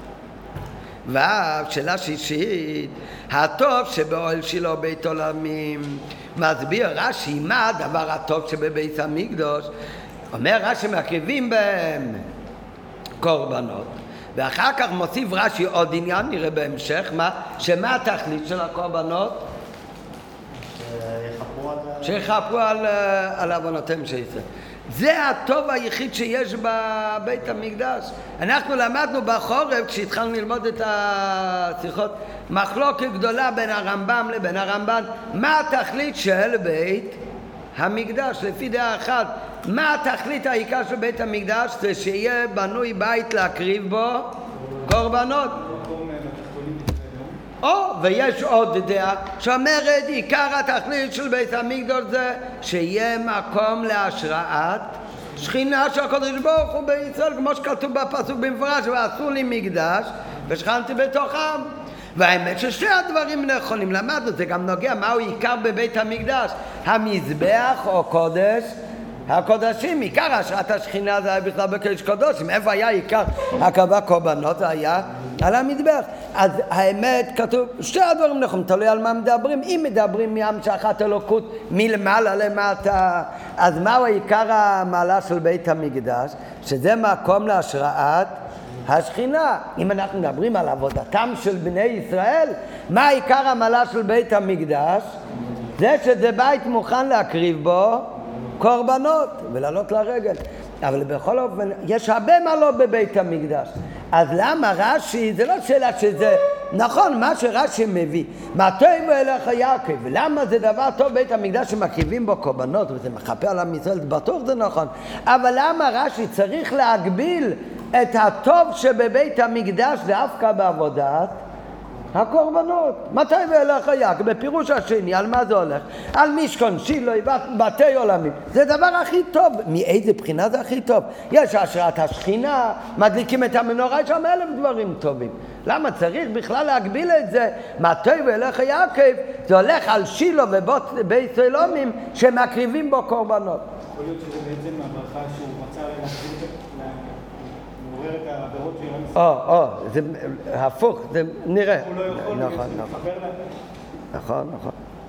A: שאלה שישית, הטוב שבאוהל שילה בית עולמים, מסביר רש"י מה הדבר הטוב שבבית המקדש. אומר רש"י מקריבים בהם קורבנות, ואחר כך מוסיף רש"י עוד עניין, נראה בהמשך שמה התכלית של הקורבנות? שיכפרו על עוונותיהם שישראל. זה הטוב היחיד שיש בבית המקדש. אנחנו למדנו בחורף, כשהתחלנו ללמוד את השיחות, מחלוקת גדולה בין הרמב"ם לבין הרמב"ן, מה התכלית של בית המקדש? לפי דעה אחת, מה התכלית העיקר של בית המקדש? זה שיהיה בנוי בית להקריב בו קורבנות. ויש עוד דעה שאומרת עיקר התכלית של בית המקדש זה שיהיה מקום להשראת שכינה של הקדוש ברוך הוא בישראל, כמו שכתוב בפסוק במפורש, ועשו לי מקדש ושכנתי בתוכם. והאמת ששתי הדברים נכונים, למדנו, זה גם נוגע מהו עיקר בבית המקדש, המזבח או קודש הקודשים. עיקר השראת השכינה זה היה בכלל בקודש קודשים. איפה היה עיקר הקרבת קורבנות? זה היה על המזבח. אז האמת כתוב שתי הדברים נכונים, תלוי על מה מדברים. אם מדברים מהמשכת אלוקות מלמעלה למטה, אז מהו עיקר המעלה של בית המקדש? שזה מקום להשראת השכינה. אם אנחנו מדברים על עבודתם של בני ישראל, מה עיקר המעלה של בית המקדש? זה שזה בית מוכן להקריב בו קורבנות ולעלות לרגל. אבל בכל אופן יש הרבה מעלות בבית המקדש. אז למה רש"י, זה לא שאלה שזה נכון, מה שרש"י מביא, מה טוב אליך יעקב, למה זה דבר טוב בית המקדש שמקריבים בו קורבנות וזה מכפר על עם ישראל, בטוח זה נכון, אבל למה רש"י צריך להגביל את הטוב שבבית המקדש דווקא בעבודת הקורבנות? מתי ואליך יעקב, בפירוש השני, על מה זה הולך? על משכן שילה, בתי עולמים. זה דבר הכי טוב. מאיזה בחינה זה הכי טוב? יש השראת השכינה, מדליקים את המנורה, יש שם 1000 דברים טובים. למה צריך בכלל להגביל את זה? מתי ואליך יעקב, זה הולך על שילה ובית עולמים שמקריבים בו קורבנות.
C: יכול להיות שזה בעצם הברכה שהוא רצה להגביל את העבירות שלו.
A: זה הפוך, זה נראה.
C: הוא לא יכול להתחבר להם.
A: נכון.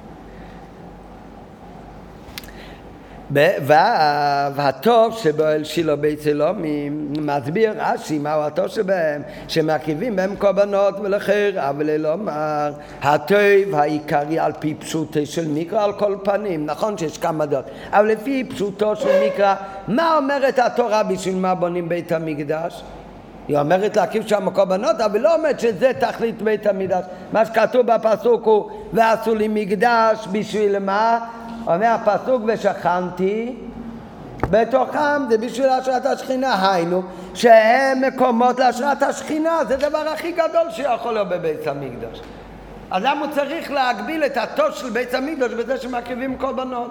A: והטוב שבאוהל שילה בית עולמים, מסביר רש"י מהו הטוב שבהם, שמקריבים בהם קורבנות ולחיר, אבל לומר הטוב העיקרי על פי פשוטו של מקרא על כל פנים. נכון שיש כמה דעות, אבל לפי פשוטו של מקרא, מה אומרת התורה בשביל מה בונים בית המקדש? היא אומרת להקיף שם קורבנות, אבל לא אומרת שזה תכלית בית המקדש. מה שכתוב בפסוק הוא ועשו לי מקדש בשביל מה? אומר הפסוק ושכנתי בתוכם, זה בשביל השראת השכינה, היינו שהם מקומות להשראת השכינה. זה דבר הכי גדול שיכול להיות בבית המקדש. אז למה הוא צריך להגביל את הטוב של בית המקדש בזה שמקריבים קורבנות?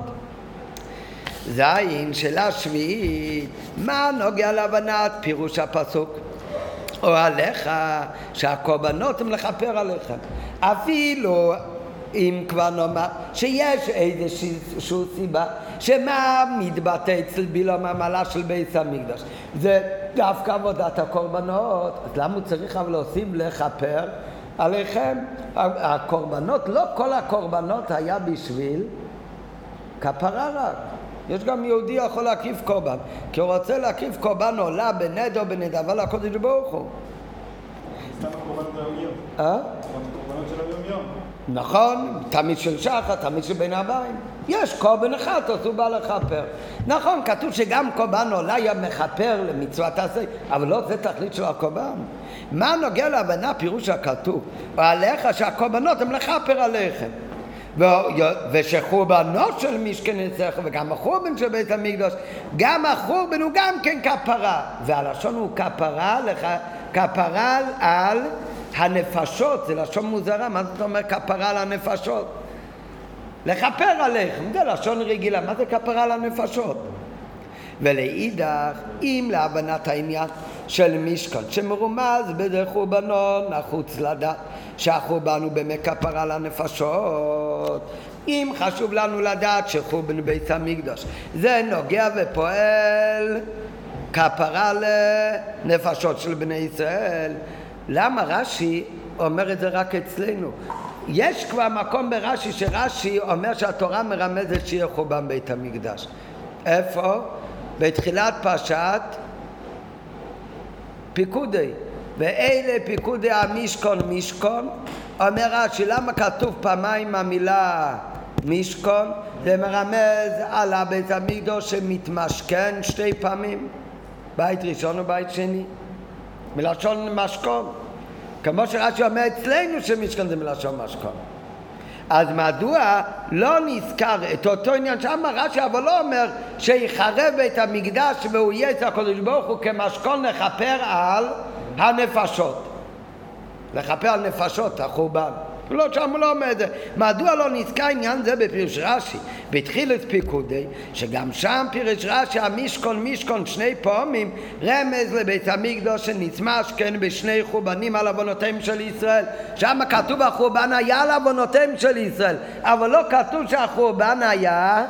A: זין, שאלה שביעית, מה נוגע להבנת פירוש הפסוק? או עליך שהקורבנות הם לכפר עליך, אפילו אם כבר נאמר שיש איזושהי סיבה שמה מתבטא אצל בלעם המעלה של בית המקדש זה דווקא עבודת הקורבנות, אז למה הוא צריך להוסיף לכפר עליכם? הקורבנות, לא כל הקורבנות היה בשביל כפרה רק, יש גם יהודי יכול להקריב קורבן, כי הוא רוצה להקריב קורבן עולה בנדר בנדבה לקודש ברוך הוא.
B: סתם הקורבנות של היום-יום. הקורבנות של היום-יום.
A: נכון, תמיד של שחר, תמיד של בין הבאים. יש קורבן אחד, אז הוא בא לכפר. נכון, כתוב שגם קורבן עולה היה מכפר למצוות עשה, אבל לא זה תכלית של הקורבן. מה נוגע להבנה פירוש הכתוב? ועליך שהקורבנות הם לכפר עליכם. ושחורבנות של משכן יצחק וגם החורבן של בית המקדש, גם החורבן הוא גם כן כפרה, והלשון הוא כפרה על הנפשות. זה לשון מוזרה. מה זאת אומרת כפרה על הנפשות? לכפר עליכם, זה לשון רגילה. מה זה כפרה על הנפשות? ולאידך, אם להבנת העניין של משכן שמרומז בדרך חורבנות, נחוץ לדעת שהחורבן הוא באמת כפרה על הנפשות. אם חשוב לנו לדעת שחורבן בית המקדש זה נוגע ופועל כפרה לנפשות של בני ישראל, למה רש"י אומר את זה רק אצלנו? יש כבר מקום ברש"י שרש"י אומר שהתורה מרמזת שיהיה חורבן בית המקדש. איפה? בתחילת פרשת פיקודי, ואלה פיקודי המשכון משכון. אומר רש"י, למה כתוב פעמיים המילה משכון? זה מרמז על בית המקדש שמתמשכן שתי פעמים, בית ראשון ובית שני, מלשון משכון, כמו שרש"י אומר אצלנו שמשכון זה מלשון משכון. אז מדוע לא נזכר את אותו עניין שם רש"י, אבל לא אומר שיחרב בית המקדש והוא יהיה אצל הקדוש ברוך הוא כמשכון לכפר על הנפשות, לכפר על נפשות החורבן. לא, שם הוא לא אומר את זה. מדוע לא נזכר עניין זה בפירוש רש"י בתחילת פיקודי, שגם שם פירוש רש"י המשכון משכון שני פעמים רמז לבית המקדש שנצמש כן בשני חורבנים על עוונותיהם של ישראל. שם כתוב החורבן היה על עוונותיהם של ישראל, אבל לא כתוב שהחורבן היה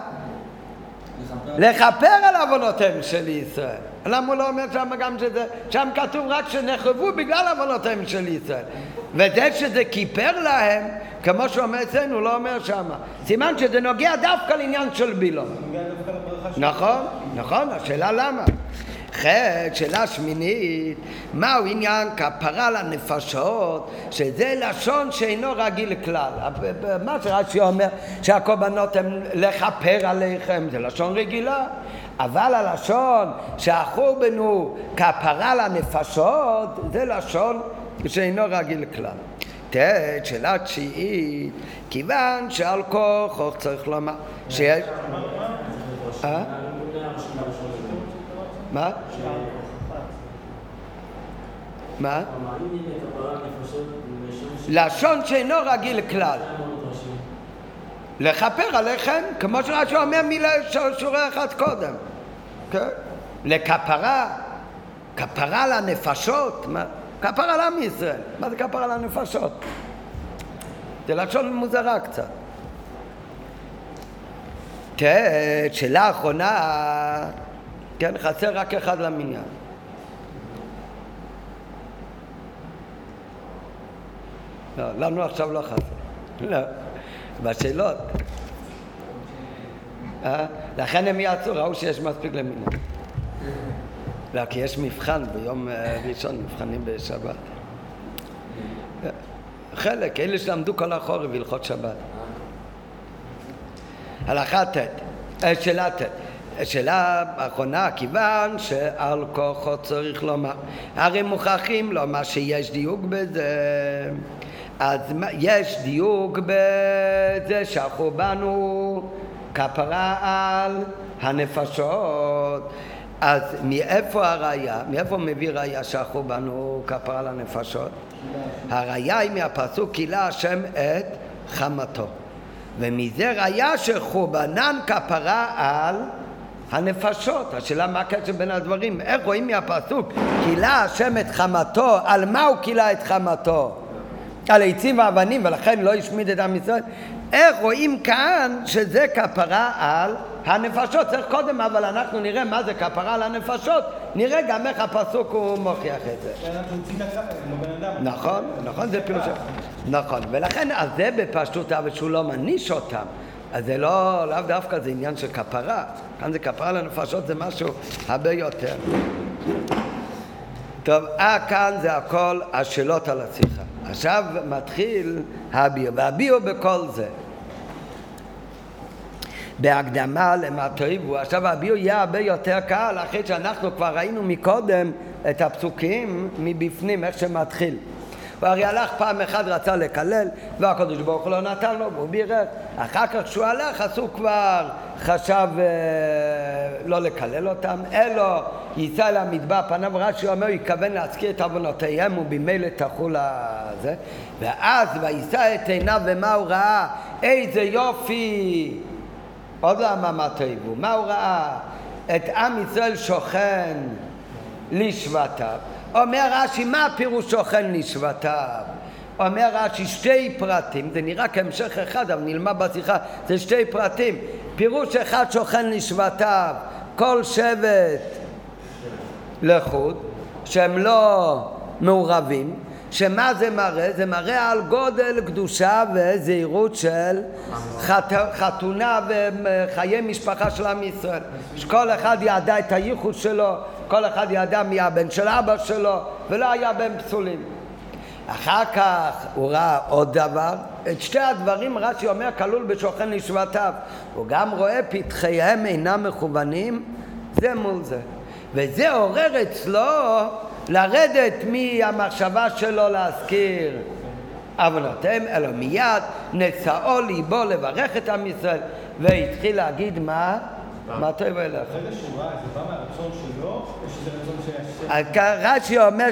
A: לכפר על עוונותיהם של ישראל. למה הוא לא אומר שם גם שזה, שם כתוב רק שנחרבו בגלל עוונותיהם של ישראל, וזה שזה כיפר להם, כמו שהוא אומר אצלנו, לא אומר שם. סימן שזה נוגע דווקא לעניין של בילום. נכון, נכון, השאלה למה? שאלה שמינית, מהו עניין כפרה לנפשות, שזה לשון שאינו רגיל כלל. מה שרש"י אומר שהקורבנות הם לכפר עליכם, זה לשון רגילה, אבל הלשון שהחורבן הוא כפרה לנפשות, זה לשון שאינו רגיל כלל. שאלה תשיעית, כיוון שעל כוח צריך לומר שיש... מה? מה? לשון שאינו רגיל כלל, לכפר עליכם, כמו שרש"י אומר מילה שורה אחד קודם, לכפרה, כפרה לנפשות. כפרה על עם ישראל, מה זה כפרה לנפשות? זה לשון מוזרה קצת. שאלה האחרונה, כן, חסר רק אחד למניין. לא, לנו עכשיו לא חסר. לא, בשאלות. לכן הם יעצו, ראו שיש מספיק למניין. לא, כי יש מבחן ביום ראשון, מבחנים בשבת. חלק, אלה שלמדו כל החורף הלכות שבת. הלכה ט', שאלה ט'. שאלה האחרונה, כיוון שעל כוחו צריך לומר, הרי מוכרחים לומר שיש דיוק בזה. אז יש דיוק בזה שהחורבן הוא כפרה על הנפשות. אז מאיפה הראיה? מאיפה מביא ראיה שהחורבן הוא כפרה על הנפשות? הראיה היא מהפסוק כילה השם את חמתו, ומזה ראיה שחורבנן כפרה על הנפשות. השאלה מה הקשר בין הדברים? איך רואים מהפסוק כילה השם את חמתו? על מה הוא כילה את חמתו? על עצים ואבנים, ולכן לא השמיד את עם ישראל. איך רואים כאן שזה כפרה על הנפשות? צריך קודם, אבל אנחנו נראה מה זה כפרה על הנפשות, נראה גם איך הפסוק הוא מוכיח את זה. נכון, נכון, זה פירוש. נכון, ולכן אז זה בפשטות, אבל שהוא לא מניש אותם. אז זה לאו דווקא זה עניין של כפרה. כאן זה כפרה לנפשות, זה משהו הרבה יותר. טוב, כאן זה הכל השאלות על השיחה. עכשיו מתחיל הביור, והביור בכל זה. בהקדמה למה תאהבו. עכשיו הביור יהיה הרבה יותר קל, אחרי שאנחנו כבר ראינו מקודם את הפסוקים מבפנים, איך שמתחיל. הוא הרי הלך פעם אחד, רצה לקלל, והקדוש ברוך הוא לא נתן לו, והוא בירך. אחר כך כשהוא הלך, אז הוא כבר חשב לא לקלל אותם, אלא ייסע אל המדבר, פניו רש"י אומר, יכוון להזכיר את עוונותיהם, ובמילא תחול הזה. ואז ויישא את עיניו, ומה הוא ראה? איזה יופי! עוד לא מה תאהבו. מה הוא ראה? את עם ישראל שוכן לשבטיו. אומר רש"י, מה הפירוש שוכן לשבטיו? אומר רש"י, שתי פרטים, זה נראה כהמשך אחד, אבל נלמד בשיחה, זה שתי פרטים. פירוש אחד שוכן לשבטיו, כל שבט לחוד, שהם לא מעורבים, שמה זה מראה? זה מראה על גודל קדושה וזהירות של חתונה וחיי משפחה של עם ישראל. שכל אחד ידע את הייחוד שלו, כל אחד ידע מי הבן של אבא שלו, ולא היה בן פסולים. אחר כך הוא ראה עוד דבר, את שתי הדברים רש"י אומר כלול בשוכן לשבטיו. הוא גם רואה פתחיהם אינם מכוונים זה מול זה, וזה עורר אצלו לרדת מהמחשבה שלו להזכיר עוונותיהם, אלא מיד נשאו ליבו לברך את עם ישראל, והתחיל להגיד מה טוב אליך.
C: ברגע שהוא ראה, זה בא מהרצון שלו, או שזה רצון שהיה...
A: רש"י אומר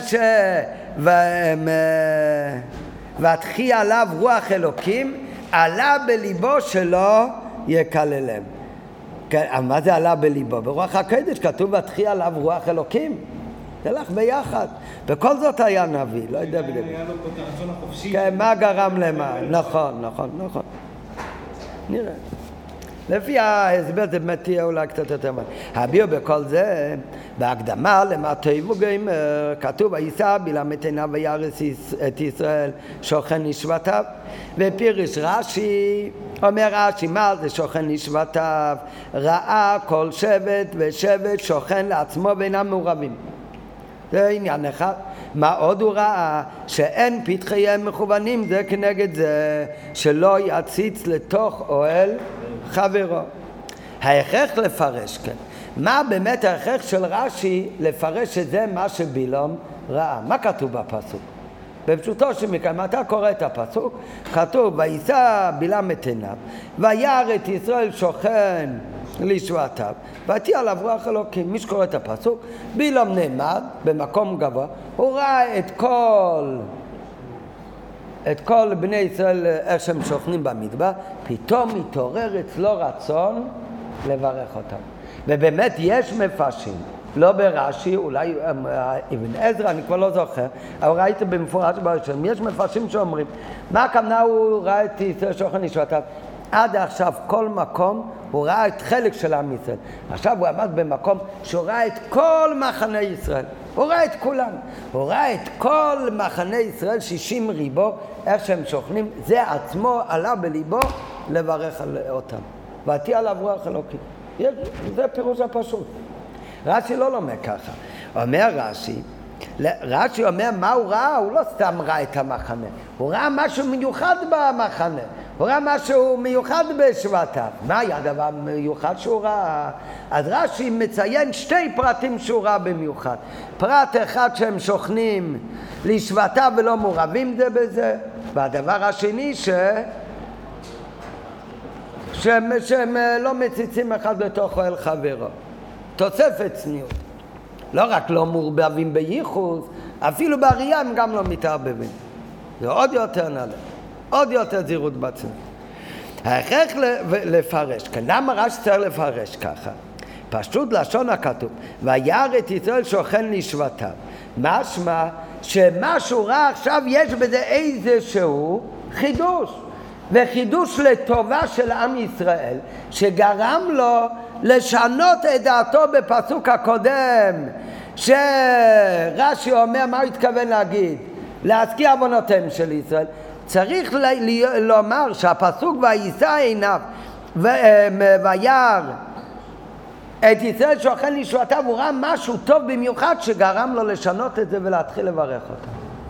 A: ותחי עליו רוח אלוקים, עלה בליבו שלא יקללם. מה זה עלה בליבו? ברוח הקודש כתוב ותחי עליו רוח אלוקים. זה הלך ביחד. בכל זאת היה נביא, לא יודע בדיוק.
C: היה לו פה את הרצון החופשי.
A: כן, מה גרם למה? נכון. נראה. לפי ההסבר זה באמת תהיה אולי קצת יותר מה. הביאו בכל זה, בהקדמה למה תאהבו גמר, כתוב ויישא בלעם את עיניו וירס את ישראל שוכן לשבטיו. ופירוש רש"י, אומר רש"י, מה זה שוכן לשבטיו? ראה כל שבט ושבט שוכן לעצמו ואינם מעורבים. זה עניין אחד. מה עוד הוא ראה? שאין פתחיהם מכוונים, זה כנגד זה שלא יציץ לתוך אוהל חברו. ההכרח לפרש, כן. מה באמת ההכרח של רש"י לפרש שזה מה שבלעם ראה? מה כתוב בפסוק? בפשוטו שמכאן, אתה קורא את הפסוק, כתוב ויישא בלעם את עיניו וירא את ישראל שוכן לשבטיו ותהי עליו רוח אלוקים. מי שקורא את הפסוק, בלעם נעמד במקום גבוה, הוא ראה את כל בני ישראל איך שהם שוכנים במדבר, פתאום מתעורר אצלו רצון לברך אותם. ובאמת יש מפרשים, לא ברש"י, אולי אבן עזרא, אני כבר לא זוכר, אבל ראיתי במפורש בראשון, יש מפרשים שאומרים, מה הכוונה הוא ראה את ישראל שוכן לשבטיו? עד עכשיו כל מקום הוא ראה את חלק של עם ישראל. עכשיו הוא עמד במקום שהוא ראה את כל מחנה ישראל. הוא ראה את כולם. הוא ראה את כל מחנה ישראל 60 ריבו, איך שהם שוכנים. זה עצמו עלה בליבו לברך אותם. ותהי עליו רוח אלוקים. זה פירוש הפשוט. רש"י לא לומד ככה. אומר רש"י אומר מה הוא ראה? הוא לא סתם ראה את המחנה. הוא ראה משהו מיוחד במחנה. הוא ראה משהו מיוחד בשבטיו. מה היה דבר מיוחד שהוא ראה? אז רש"י מציין שתי פרטים שהוא ראה במיוחד. פרט אחד שהם שוכנים לשבטיו ולא מעורבים זה בזה. והדבר השני שהם לא מציצים אחד לתוך אוהל חברו. תוספת צניעות. לא רק לא מעורבבים בייחוד, אפילו בראייה הם גם לא מתערבבים. זה עוד יותר נעלה. עוד יותר זהירות בעצמם. ההכרח לפרש, כן, למה רש"י צריך לפרש ככה? פשוט לשון הכתוב, וירא את ישראל שוכן לשבטיו. משמע שמה שהוא ראה עכשיו יש בזה איזשהו חידוש, וחידוש לטובה של עם ישראל, שגרם לו לשנות את דעתו בפסוק הקודם, שרש"י אומר מה הוא התכוון להגיד? להזכיר עוונותיהם של ישראל. צריך לומר שהפסוק ויישא עיניו וירא את ישראל שוכן לישועתיו, הוא ראה משהו טוב במיוחד שגרם לו לשנות את זה ולהתחיל לברך אותם.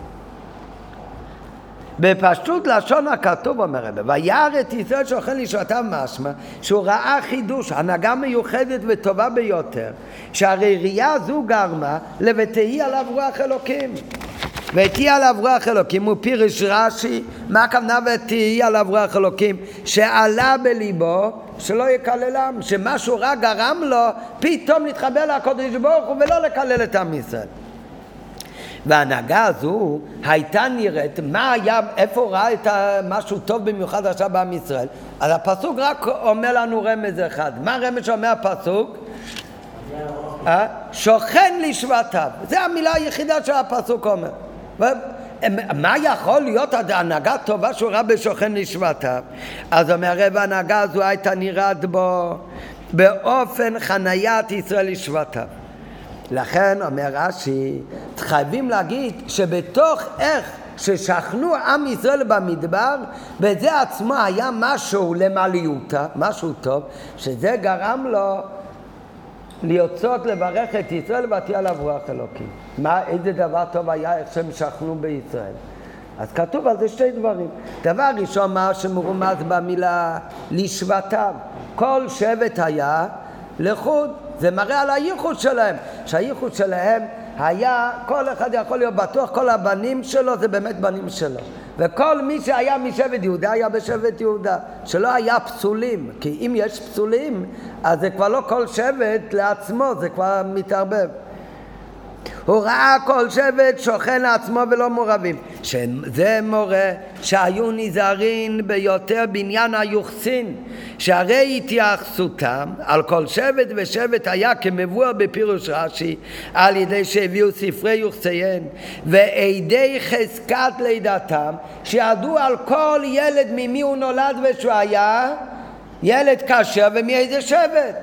A: בפשטות לשון הכתוב אומר רבי, וירא את ישראל שוכן לישועתיו, משמע שהוא ראה חידוש, הנהגה מיוחדת וטובה ביותר, שהרי ראייה זו גרמה לבתהי עליו רוח אלוקים. ותהי עליו רוח אלוקים הוא פירש רש"י, מה הכוונה ותהי עליו רוח אלוקים? שעלה בליבו שלא יקללם, שמשהו רע גרם לו פתאום להתחבר לקדוש ברוך הוא ולא לקלל את עם ישראל. וההנהגה הזו הייתה נראית, מה היה, איפה ראה את משהו טוב במיוחד עכשיו בעם ישראל? אז הפסוק רק אומר לנו רמז אחד. מה הרמז שאומר הפסוק? שוכן לשבטיו. זו המילה היחידה שהפסוק אומר. מה יכול להיות הנהגה טובה שהוא ראה בשוכן לשבטיו? אז אומר רב, ההנהגה הזו הייתה נראית בו באופן חניית ישראל לשבטיו. לכן אומר רש"י, חייבים להגיד שבתוך איך ששכנו עם ישראל במדבר, בזה עצמו היה משהו למעליותה, משהו טוב, שזה גרם לו ליוצאות לברך את ישראל ותהיה עליו רוח אלוקים. איזה דבר טוב היה איך שהם שכנו בישראל? אז כתוב על זה שתי דברים. דבר ראשון, מה שמרומז במילה לשבטיו, כל שבט היה לחוד. זה מראה על הייחוד שלהם, שהייחוד שלהם היה, כל אחד יכול להיות בטוח, כל הבנים שלו זה באמת בנים שלו, וכל מי שהיה משבט יהודה היה בשבט יהודה, שלא היה פסולים, כי אם יש פסולים אז זה כבר לא כל שבט לעצמו, זה כבר מתערבב. הוא ראה כל שבט שוכן לעצמו ולא מעורבים, שזה מורה שהיו נזהרים ביותר בעניין היוחסין, שהרי התייחסותם על כל שבט ושבט היה כמבואר בפירוש רש"י, על ידי שהביאו ספרי יוחסיין ועדי חזקת לידתם, שידעו על כל ילד ממי הוא נולד ושהוא היה ילד כשר ומאיזה שבט,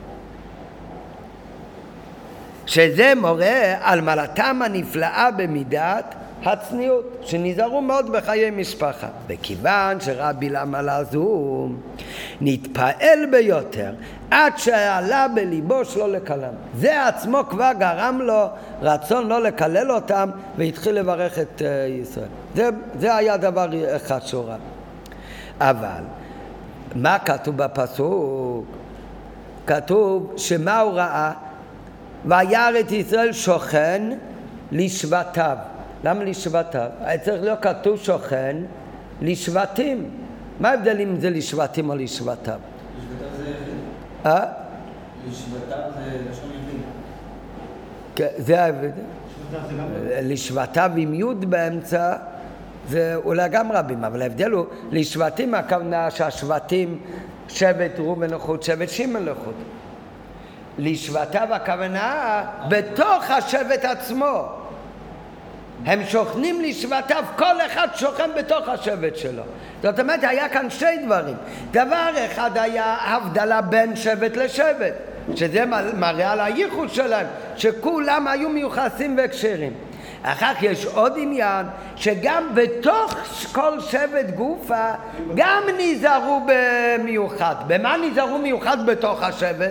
A: שזה מורה על מעלתם הנפלאה במידת הצניעות, שנזהרו מאוד בחיי משפחה. וכיוון שראה בלעם על הזו, נתפעל ביותר עד שעלה בליבו שלא לקלם. זה עצמו כבר גרם לו רצון לא לקלל אותם, והתחיל לברך את ישראל. זה היה דבר אחד שהוא ראה. אבל מה כתוב בפסוק? כתוב שמה הוא ראה? וירא את ישראל שוכן לשבטיו. למה לשבטיו? היה צריך להיות כתוב שוכן לשבטים. מה ההבדל אם זה לשבטים או לשבטיו?
C: לשבטיו זה יחיד. לשבטיו זה לשון יחיד.
A: זה ההבדל. לשבטיו עם יוד באמצע זה אולי גם רבים, אבל ההבדל הוא לשבטים, הכוונה שהשבטים שבט ראובן לחוד, שבט שמעון לחוד. לשבטיו הכוונה בתוך השבט עצמו, הם שוכנים לשבטיו, כל אחד שוכן בתוך השבט שלו. זאת אומרת, היה כאן שתי דברים. דבר אחד היה הבדלה בין שבט לשבט, שזה מראה על הייחוד שלהם, שכולם היו מיוחסים והקשרים. אחר כך יש עוד עניין, שגם בתוך כל שבט גופה גם נזהרו במיוחד. במה נזהרו מיוחד בתוך השבט?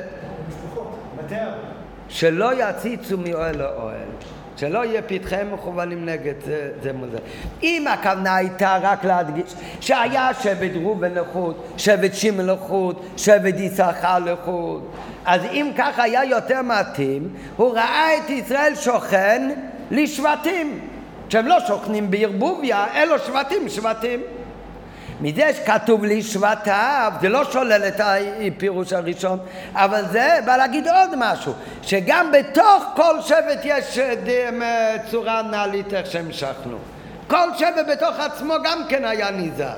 A: שלא יציצו מאוהל לאוהל, שלא יהיה פתחיהם מכוונים נגד, זה מוזר. אם הכוונה הייתה רק להדגיש שהיה שבט ראובן לחוד, שבט שמעון לחוד, שבט יששכר לחוד, אז אם כך היה יותר מתאים, הוא ראה את ישראל שוכן לשבטים, שהם לא שוכנים בערבוביה, אלו שבטים. מזה שכתוב לשבטיו, זה לא שולל את הפירוש הראשון, אבל זה בא להגיד עוד משהו, שגם בתוך כל שבט יש צורה נעלית איך שהם שכנו. כל שבט בתוך עצמו גם כן היה נזהר.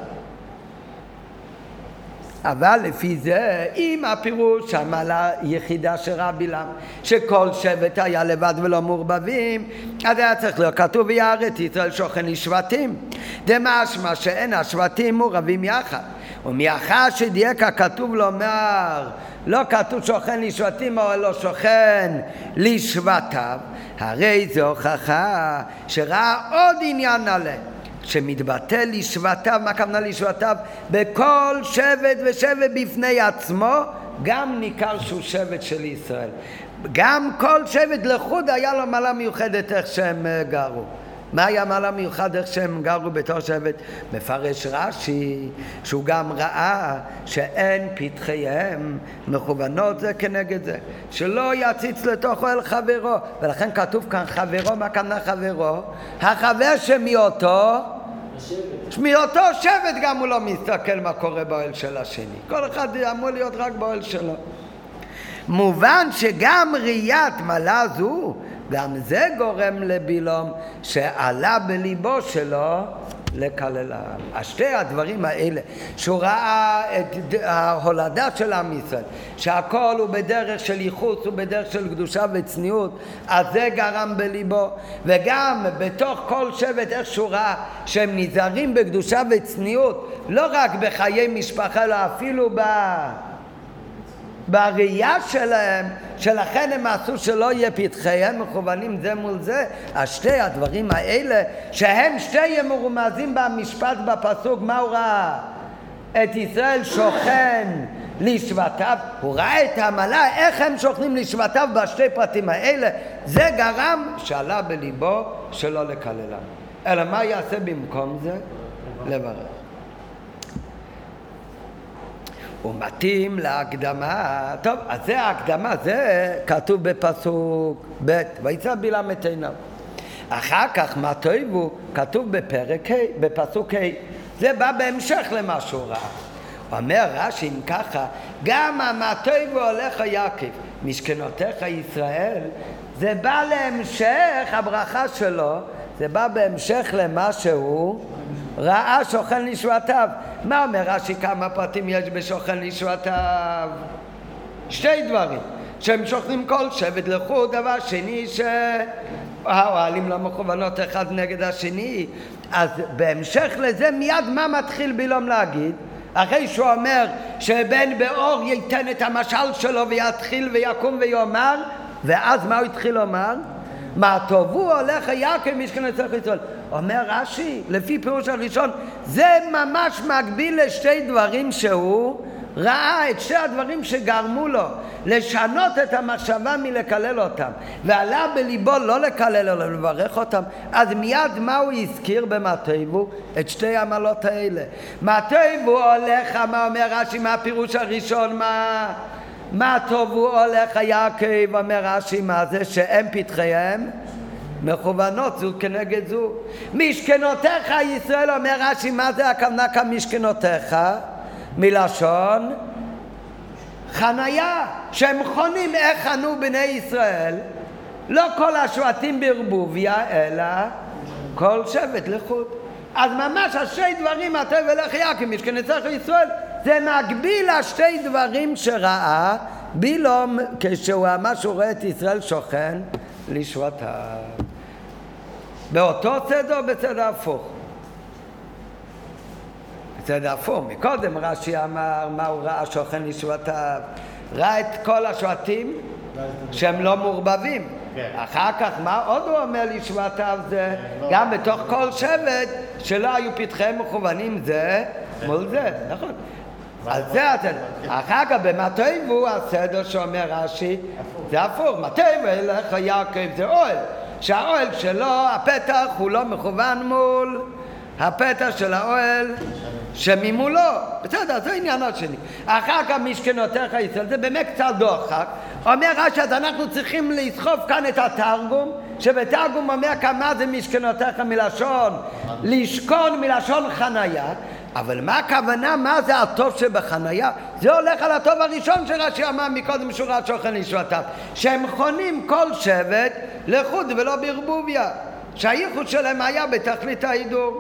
A: אבל לפי זה, אם הפירוש המעלה יחידה שראה בלעם, שכל שבט היה לבד ולא מעורבבים, אז היה צריך להיות כתוב וירא את ישראל שוכן לשבטים. דמשמע שאין השבטים מעורבים יחד. ומאחר שדייק הכתוב לומר, לא כתוב שוכן לשבטים או לא שוכן לשבטיו, הרי זה הוכחה שראה עוד עניין עליהם. שמתבטא לשבטיו, מה הכוונה לשבטיו? בכל שבט ושבט בפני עצמו, גם ניכר שהוא שבט של ישראל. גם כל שבט לחוד היה לו מעלה מיוחדת איך שהם גרו. מה היה מעלה מיוחד איך שהם גרו בתור שבט? מפרש רש"י שהוא גם ראה שאין פתחיהם מכוונות זה כנגד זה, שלא יציץ לתוך אוהל חברו, ולכן כתוב כאן חברו. מה כמנה חברו? החבר שמאותו שבט גם הוא לא מסתכל מה קורה באוהל של השני. כל אחד אמור להיות רק באוהל שלו. מובן שגם ראיית מעלה זו, גם זה גורם לבילום שעלה בליבו שלו לקלל העם. שתי הדברים האלה, שהוא ראה את ההולדה של עם ישראל, שהכל הוא בדרך של ייחוס, הוא בדרך של קדושה וצניעות, אז זה גרם בליבו. וגם בתוך כל שבט איך שהוא ראה שהם נזהרים בקדושה וצניעות, לא רק בחיי משפחה, אלא אפילו בראייה שלהם, שלכן הם עשו שלא יהיה פתחיהם מכוונים זה מול זה. שתי הדברים האלה שהם שתי מרומזים במשפט בפסוק. מה הוא ראה? את ישראל שוכן לשבטיו. הוא ראה את המעלה איך הם שוכנים לשבטיו בשתי פרטים האלה. זה גרם שעלה בליבו שלא לקללם. אלא מה יעשה במקום זה? לברך. הוא מתאים להקדמה. טוב, אז זה ההקדמה, זה כתוב בפסוק ב' ויצא בלעם את עיניו. אחר כך מה תאהבו כתוב בפרק ה', בפסוק ה'. זה בא בהמשך למה שהוא ראה. אומר רש"י אם ככה, גם מה תאהבו הולך יעקב משכנותיך ישראל, זה בא להמשך הברכה שלו, זה בא בהמשך למה שהוא ראה שוכן לשבטיו. מה אומר רש"י? כמה פרטים יש בשוכן לשבטיו? שתי דברים שהם שוכנים כל שבט לחוד. דבר שני שהאוהלים לא מכוונות אחד נגד השני. אז בהמשך לזה מיד מה מתחיל בלעם להגיד? אחרי שהוא אומר שבן באור ייתן את המשל שלו ויתחיל ויקום ויאמר, ואז מה הוא התחיל לומר? מה טובו הולך יעקב משכנותיך ישראל. אומר רש"י, לפי פירוש הראשון, זה ממש מקביל לשתי דברים שהוא ראה, את שתי הדברים שגרמו לו לשנות את המחשבה מלקלל אותם, ועלה בליבו לא לקלל אלא לברך אותם. אז מיד מה הוא הזכיר במתיבו? את שתי המעלות האלה. מתיבו הולך, מה אומר רש"י, מה הפירוש הראשון? מה טובו הולך יעקב? אומר רש"י, מה זה? שהם פתחיהם מכוונות זו כנגד זו. משכנותיך ישראל, אומר רש"י, מה זה הכוונה כאן משכנותיך? מלשון חניה, שהם חונים איך חנו בני ישראל, לא כל השבטים בערבוביה אלא כל שבט לחוד. אז ממש השתי דברים אתה ולך יעקב משכנותיך ישראל, זה מקביל לשתי דברים שראה בלעם כשהוא ממש רואה את ישראל שוכן לשבטיו. באותו סדר או בצד הפוך? בצד הפוך. מקודם רש"י אמר מה הוא ראה שוכן לשבטיו, ראה את כל השבטים שהם לא מעורבבים. אחר כך מה עוד הוא אומר לשבטיו? זה גם בתוך כל שבט שלא היו פתחיהם מכוונים זה מול זה, נכון? אז זה הסדר. אחר כך במתיבו הסדר שאומר רש"י זה הפוך. מתיבו הלך יעקב זה אוהל, שהאוהל שלו הפתח הוא לא מכוון מול הפתח של האוהל שממולו. בסדר, זה עניין השני. אחר כך משכנותיך ישראל, זה באמת קצת דוחק. אומר רש"י, אז אנחנו צריכים לסחוב כאן את התרגום, שבתרגום אומר כמה זה משכנותיך מלשון לשכון, מלשון חניה. אבל מה הכוונה? מה זה הטוב שבחניה? זה הולך על הטוב הראשון שרש"י אמר מקודם שורה שוכן לשבטיו, שהם חונים כל שבט לחוד ולא בערבוביה, שהייחוד שלהם היה בתכלית ההידור.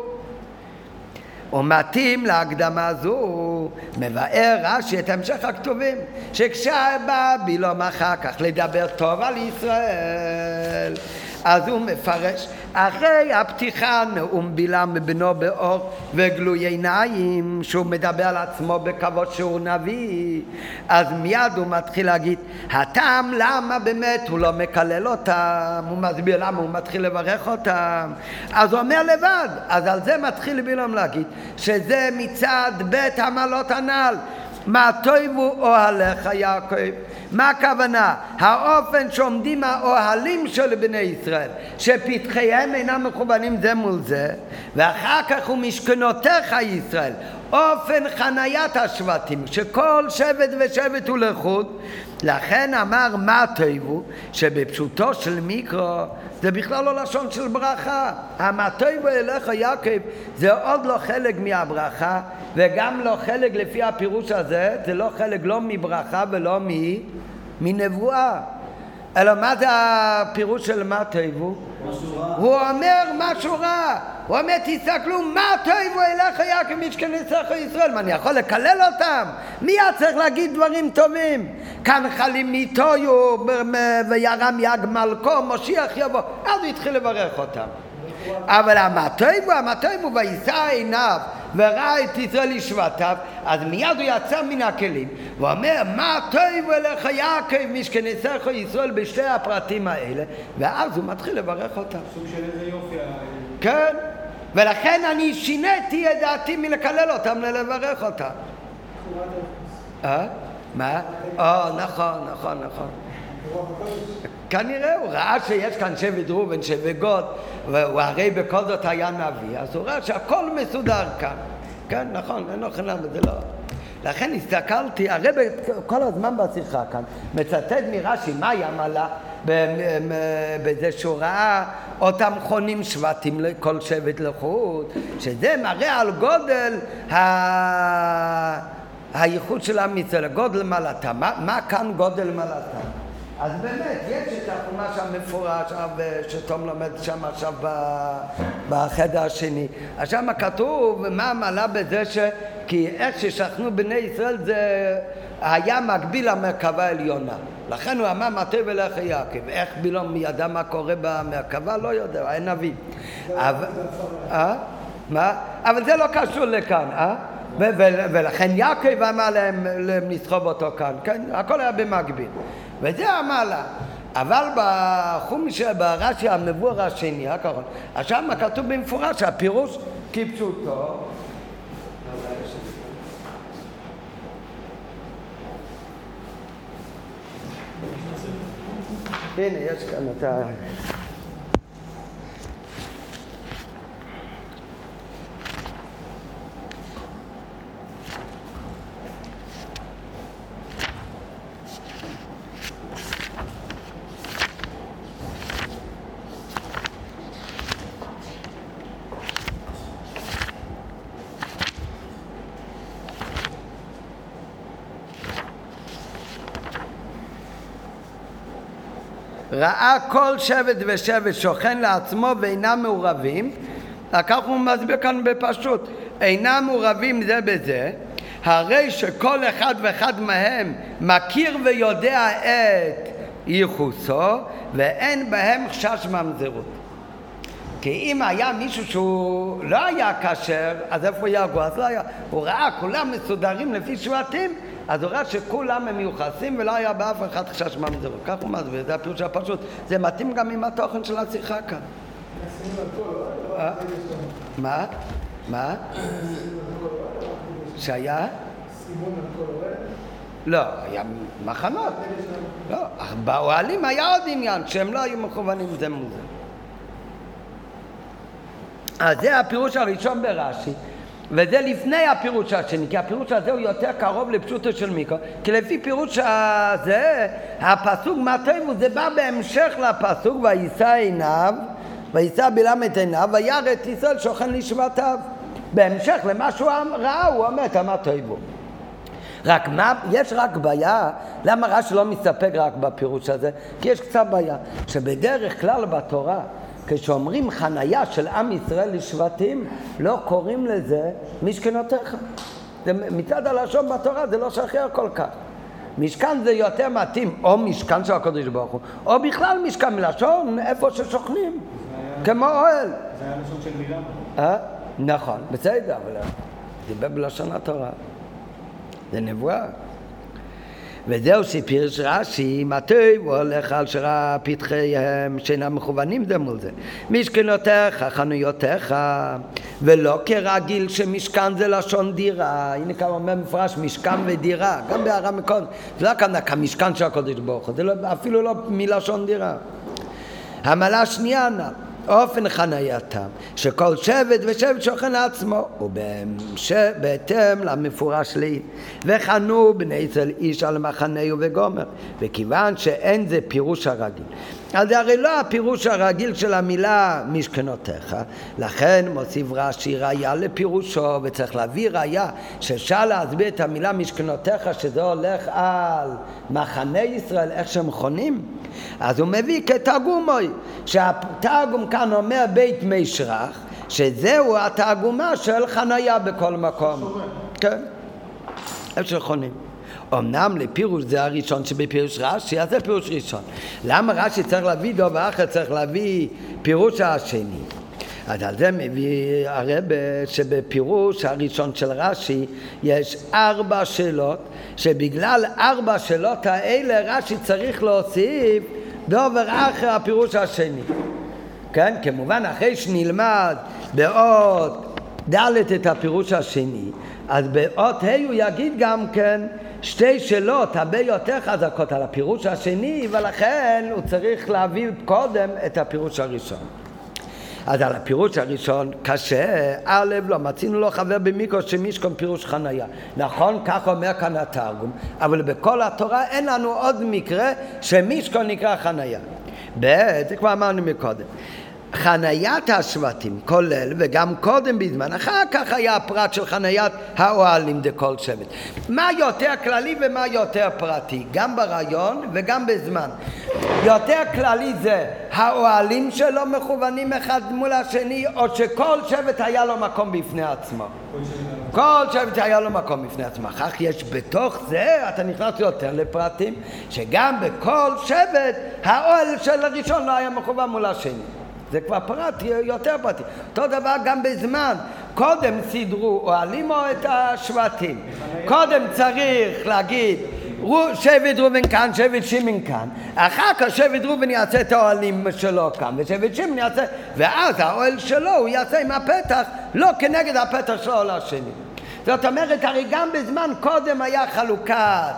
A: ומתאים להקדמה זו מבאר רש"י את המשך הכתובים, שכשבא בלעם אחר כך לדבר טוב על ישראל, אז הוא מפרש, אחרי הפתיחה נאום בלעם בנו באור וגלוי עיניים, שהוא מדבר על עצמו בכבוד שהוא נביא, אז מיד הוא מתחיל להגיד, הטעם למה באמת הוא לא מקלל אותם, הוא מסביר למה הוא מתחיל לברך אותם, אז הוא אומר לבד, אז על זה מתחיל בלעם להגיד, שזה מצד בית המעלות הנ"ל, מה טובו אוהליך יעקב. מה הכוונה? האופן שעומדים האוהלים של בני ישראל, שפתחיהם אינם מכוונים זה מול זה, ואחר כך הוא משכנותיך ישראל, אופן חניית השבטים, שכל שבט ושבט הוא לחוד. לכן אמר מה טובו, שבפשוטו של מיקרו זה בכלל לא לשון של ברכה. מה טובו אליך יעקב זה עוד לא חלק מהברכה, וגם לא חלק לפי הפירוש הזה, זה לא חלק לא מברכה ולא מנבואה. אלא מה זה הפירוש של מה טובו? הוא אומר משהו רע. הוא אומר, תסתכלו, מה טובו אליך יעקב משכנותיך ישראל? מה, אני יכול לקלל אותם? מי צריך להגיד דברים טובים? כאן חלים מיטויו וירם יג מלכו, משיח יבוא. אז הוא התחיל לברך אותם. אבל המטובו וישא עיניו וראה את ישראל לשבטיו, אז מיד הוא יצא מן הכלים ואומר מה טובו אליך יעקב משכנותיך ישראל בשתי הפרטים האלה, ואז הוא מתחיל לברך אותם.
C: סוג של איזה יופי.
A: כן, ולכן אני שיניתי את דעתי מלקלל אותם ללברך אותם. מה? נכון. כנראה הוא ראה שיש כאן שבט ראובן, שבט גד, והוא הרי בכל זאת היה נביא, אז הוא ראה שהכל מסודר כאן. כן, נכון, אין לו חינם, זה לא. לכן הסתכלתי, הרי כל הזמן בשיחה כאן, מצטט מרש"י מה ימלה בזה שהוא ראה אותם חונים שבטים לכל שבט לחוד, שזה מראה על גודל הייחוד של עם ישראל, גודל מעלתם. מה כאן גודל מעלתם? אז באמת, יש את החומש המפורש שתום לומד שם עכשיו בחדר השני. אז שם כתוב מה מעלה בזה כי איך ששכנו בני ישראל זה היה מקביל למרכבה העליונה. לכן הוא אמר מה טובו אליך יעקב. איך בלעם ידע מה קורה במרכבה? לא יודע, אין נביא. אבל זה לא קשור לכאן, ולכן יעקב אמר להם לסחוב אותו כאן, כן? הכל היה במקביל. וזה המעלה. אבל בחומש ברש"י המבואר השני, האחרון, שם כתוב במפורש הפירוש כפשוטו. הנה, יש כאן את ה... ראה כל שבט ושבט שוכן לעצמו ואינם מעורבים, כך הוא מסביר כאן בפשוט, אינם מעורבים זה בזה, הרי שכל אחד ואחד מהם מכיר ויודע את ייחוסו ואין בהם חשש ממזרות. כי אם היה מישהו שהוא לא היה כשר, אז איפה יגעו? אז לא היה. הוא ראה כולם מסודרים לפי שבטים, אז הוא ראה שכולם הם מיוחסים ולא היה באף אחד חשש ממזרות. כך הוא מסביר, זה הפירוש הפשוט. זה מתאים גם עם התוכן של השיחה כאן. מה? שהיה? לא, היה מחנות. לא, באוהלים היה עוד עניין שהם לא היו מכוונים זה מול זה. אז זה הפירוש הראשון ברש"י, וזה לפני הפירוש השני, כי הפירוש הזה הוא יותר קרוב לפשוטו של מיקרו, כי לפי פירוש הזה, הפסוק מה טובו זה בא בהמשך לפסוק, וישא עיניו, וישא בלעם את עיניו, וירא את ישראל שוכן לשבטיו. בהמשך למה שהוא ראה, הוא אומר את מה טובו. רק מה, יש רק בעיה, למה רש"י לא מסתפק רק בפירוש הזה? כי יש קצת בעיה, שבדרך כלל בתורה, כשאומרים חנייה של עם ישראל לשבטים, לא קוראים לזה משכנותיך. מצד הלשון בתורה זה לא שחרר כל כך. משכן זה יותר מתאים, או משכן של הקדוש ברוך הוא, או בכלל משכן מלשון איפה ששוכנים, כמו אוהל.
C: זה היה לשון של בלעם.
A: נכון, בסדר, אבל דיבר בלשון התורה. זה נבואה. וזהו שפירש רש"י, מתי הוא הולך על שרה פתחיהם שאינם מכוונים זה מול זה. משכנותיך, חנויותיך, ולא כרגיל שמשכן זה לשון דירה. הנה כמה אומר מפרש, משכן ודירה, גם בארם מקודם. זה לא הכוונה כמשכן של הקדוש ברוך הוא, זה לא, אפילו לא מלשון דירה. המעלה השנייה נא. אופן חנייתם, שכל שבט ושבט שוכן לעצמו, ובהתאם למפורש לי, וחנו בני ישראל איש על מחנהו וגומר, וכיוון שאין זה פירוש הרגיל. אז זה הרי לא הפירוש הרגיל של המילה משכנותיך, לכן מוסיף רש"י ראיה לפירושו, וצריך להביא ראיה שאפשר להסביר את המילה משכנותיך, שזה הולך על מחנה ישראל, איך שהם חונים. אז הוא מביא כתרגומוי, שהתרגום כאן אומר בית משרח, שזהו התרגומה של חניה בכל מקום. כן, איפה שחונים. אמנם לפירוש זה הראשון שבפירוש רש"י, אז זה פירוש ראשון. למה רש"י צריך להביא דבר אחר, צריך להביא פירוש השני? אז על זה מביא הרב שבפירוש הראשון של רש"י יש 4 שאלות, שבגלל 4 שאלות האלה רש"י צריך להוסיף דבר אחר הפירוש השני. כן, כמובן אחרי שנלמד באות ד' את הפירוש השני, אז באות ה' הוא יגיד גם כן 2 שאלות הרבה יותר חזקות על הפירוש השני, ולכן הוא צריך להביא קודם את הפירוש הראשון. אז על הפירוש הראשון קשה, א' לא מצינו לו חבר במיקרו שמשכון פירוש חניה. נכון, כך אומר כאן התרגום, אבל בכל התורה אין לנו עוד מקרה שמשכון נקרא חניה. זה כבר אמרנו מקודם. חניית השבטים כולל, וגם קודם בזמן, אחר כך היה הפרט של חניית האוהלים דכל שבט. מה יותר כללי ומה יותר פרטי, גם ברעיון וגם בזמן. יותר כללי זה האוהלים שלו מכוונים אחד מול השני, או שכל שבט היה לו מקום בפני עצמו. כל שבט היה לו מקום בפני עצמו. אחר כך יש בתוך זה, אתה נכנס יותר לפרטים, שגם בכל שבט האוהל של הראשון לא היה מכוון מול השני. זה כבר פרט, יותר פרטי. אותו דבר גם בזמן. קודם סידרו אוהלים או את השבטים. קודם צריך להגיד שבט ראובן כאן, שבט שמעון כאן. אחר כך שבט ראובן יעשה את האוהלים שלו כאן, ושבט שמעון יעשה, ואז האוהל שלו הוא יעשה עם הפתח, לא כנגד הפתח שלו לשני. זאת אומרת, הרי גם בזמן קודם היה חלוקת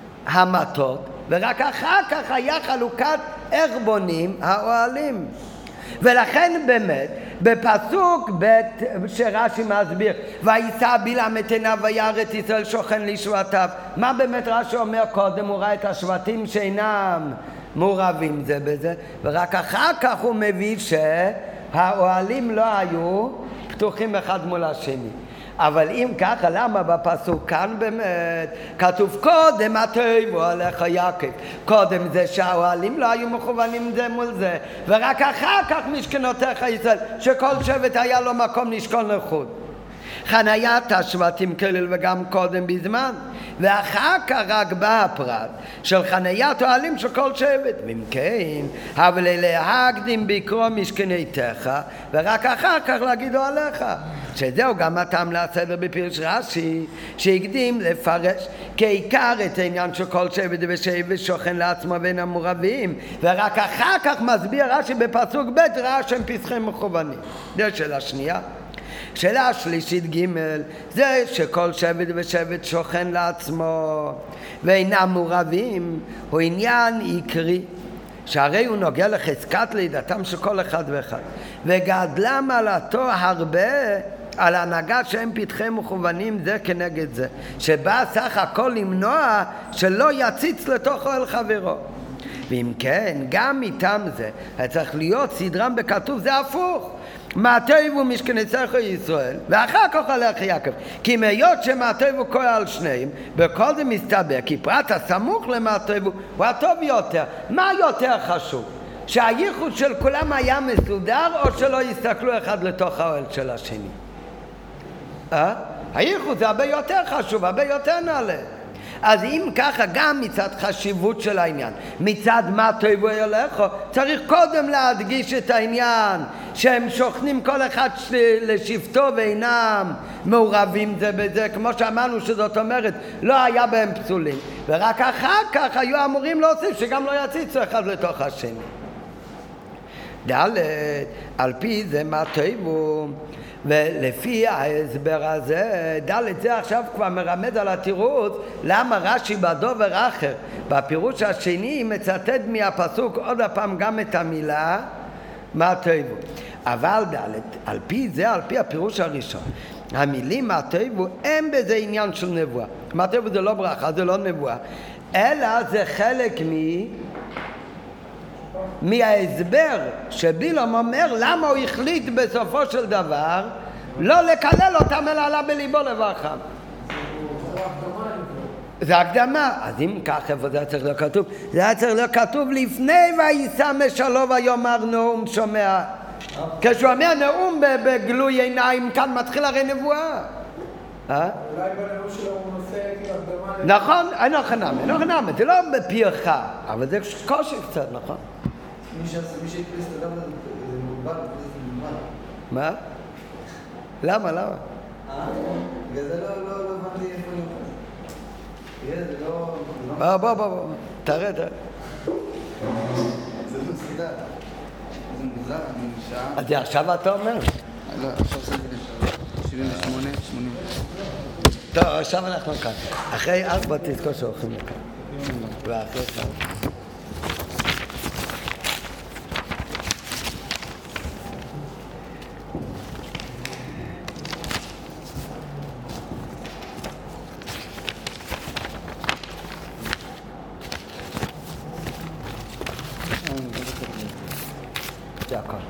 A: המטות, ורק אחר כך היה חלוקת איך בונים האוהלים. ולכן באמת בפסוק ב' שרש"י מסביר וישא בלעם את עיניו וירא את ישראל שוכן לשבטיו, מה באמת רש"י אומר קודם? הוא ראה את השבטים שאינם מעורבים זה בזה, ורק אחר כך הוא מביא שהאוהלים לא היו פתוחים אחד מול השני. אבל אם ככה, למה בפסוק כאן באמת כתוב קודם התיבו עליך יעקב? קודם זה שהאוהלים לא היו מכוונים זה מול זה, ורק אחר כך משכנותיך ישראל, שכל שבט היה לו מקום לשכון לחוד. חניית השבטים כלל וגם קודם בזמן, ואחר כך רק בא הפרט של חניית אוהלים של כל שבט. ואם כן, אבל להקדים בקרוא משכנותיך, ורק אחר כך להגיד אוהליך. שזהו גם הטעם לסדר בפירוש רש"י, שהקדים לפרש כעיקר את העניין של כל שבט ושבט שוכן לעצמו בין המעורבים, ורק אחר כך מסביר רש"י בפסוק ב' ראה שהם פסחים מכוונים. זו שאלה שנייה. שאלה השלישית ג' זה שכל שבט ושבט שוכן לעצמו ואינם מעורבים, הוא עניין עיקרי, שהרי הוא נוגע לחזקת לידתם של כל אחד ואחד, וגדלה מעלתו הרבה על הנהגה שהם פתחי מכוונים זה כנגד זה, שבא סך הכל למנוע שלא יציץ לתוך אוהל חברו. ואם כן, גם מטעם זה צריך להיות סדרם בכתוב, זה הפוך. מעטבו משכנותיך ישראל ואחר כך עליך יעקב, כי מהיות שמעטבו קורא על שניהם, בכל זה מסתבר כי פרט הסמוך למעטבו הוא הטוב יותר. מה יותר חשוב? שהייחוד של כולם היה מסודר, או שלא יסתכלו אחד לתוך האוהל של השני? הייחוד זה הרבה יותר חשוב, הרבה יותר נעלה. אז אם ככה, גם מצד חשיבות של העניין, מצד מה טוב אליך, צריך קודם להדגיש את העניין שהם שוכנים כל אחד לשבטו ואינם מעורבים זה בזה, כמו שאמרנו שזאת אומרת, לא היה בהם פסולים, ורק אחר כך היו אמורים להוסיף שגם לא יציצו אחד לתוך השני. ד' על פי זה מה טוב, ולפי ההסבר הזה, ד' זה עכשיו כבר מרמז על התירוץ למה רש"י בדובר אחר בפירוש השני מצטט מהפסוק עוד הפעם גם את המילה מה טוב. אבל ד' על פי זה, על פי הפירוש הראשון, המילים מה טוב אין בזה עניין של נבואה. מה טוב זה לא ברכה, זה לא נבואה, אלא זה חלק מההסבר שבלעם אומר למה הוא החליט בסופו של דבר לא לקלל אותם אלא עלה בליבו לברכם. זה הקדמה. אז אם כך, איפה זה היה צריך להיות כתוב? זה היה צריך להיות כתוב לפני ויישא משלו ויאמר נאום שומע. כשהוא אומר נאום בגלוי עיניים, כאן מתחיל הרי נבואה.
F: אולי בנאום שלו הוא נושא כאילו הקדמה.
A: נכון, לא חנמה, זה לא בפיך, אבל זה קושי קצת, נכון?
F: מי שהקריס את אדם זה מוגבל, זה מוגבל.
A: מה? למה?
F: בגלל זה לא הבנתי איפה אני יכול.
A: בוא, תראה.
F: זה לא סלידה. זה מוזר, אני נשאר.
A: אז זה עכשיו אתה אומר?
F: לא, עכשיו זה 78, 80.
A: טוב, עכשיו אנחנו כאן. אחרי 4 תזכור שהולכים לכאן. ואחרי 4. זה הכל.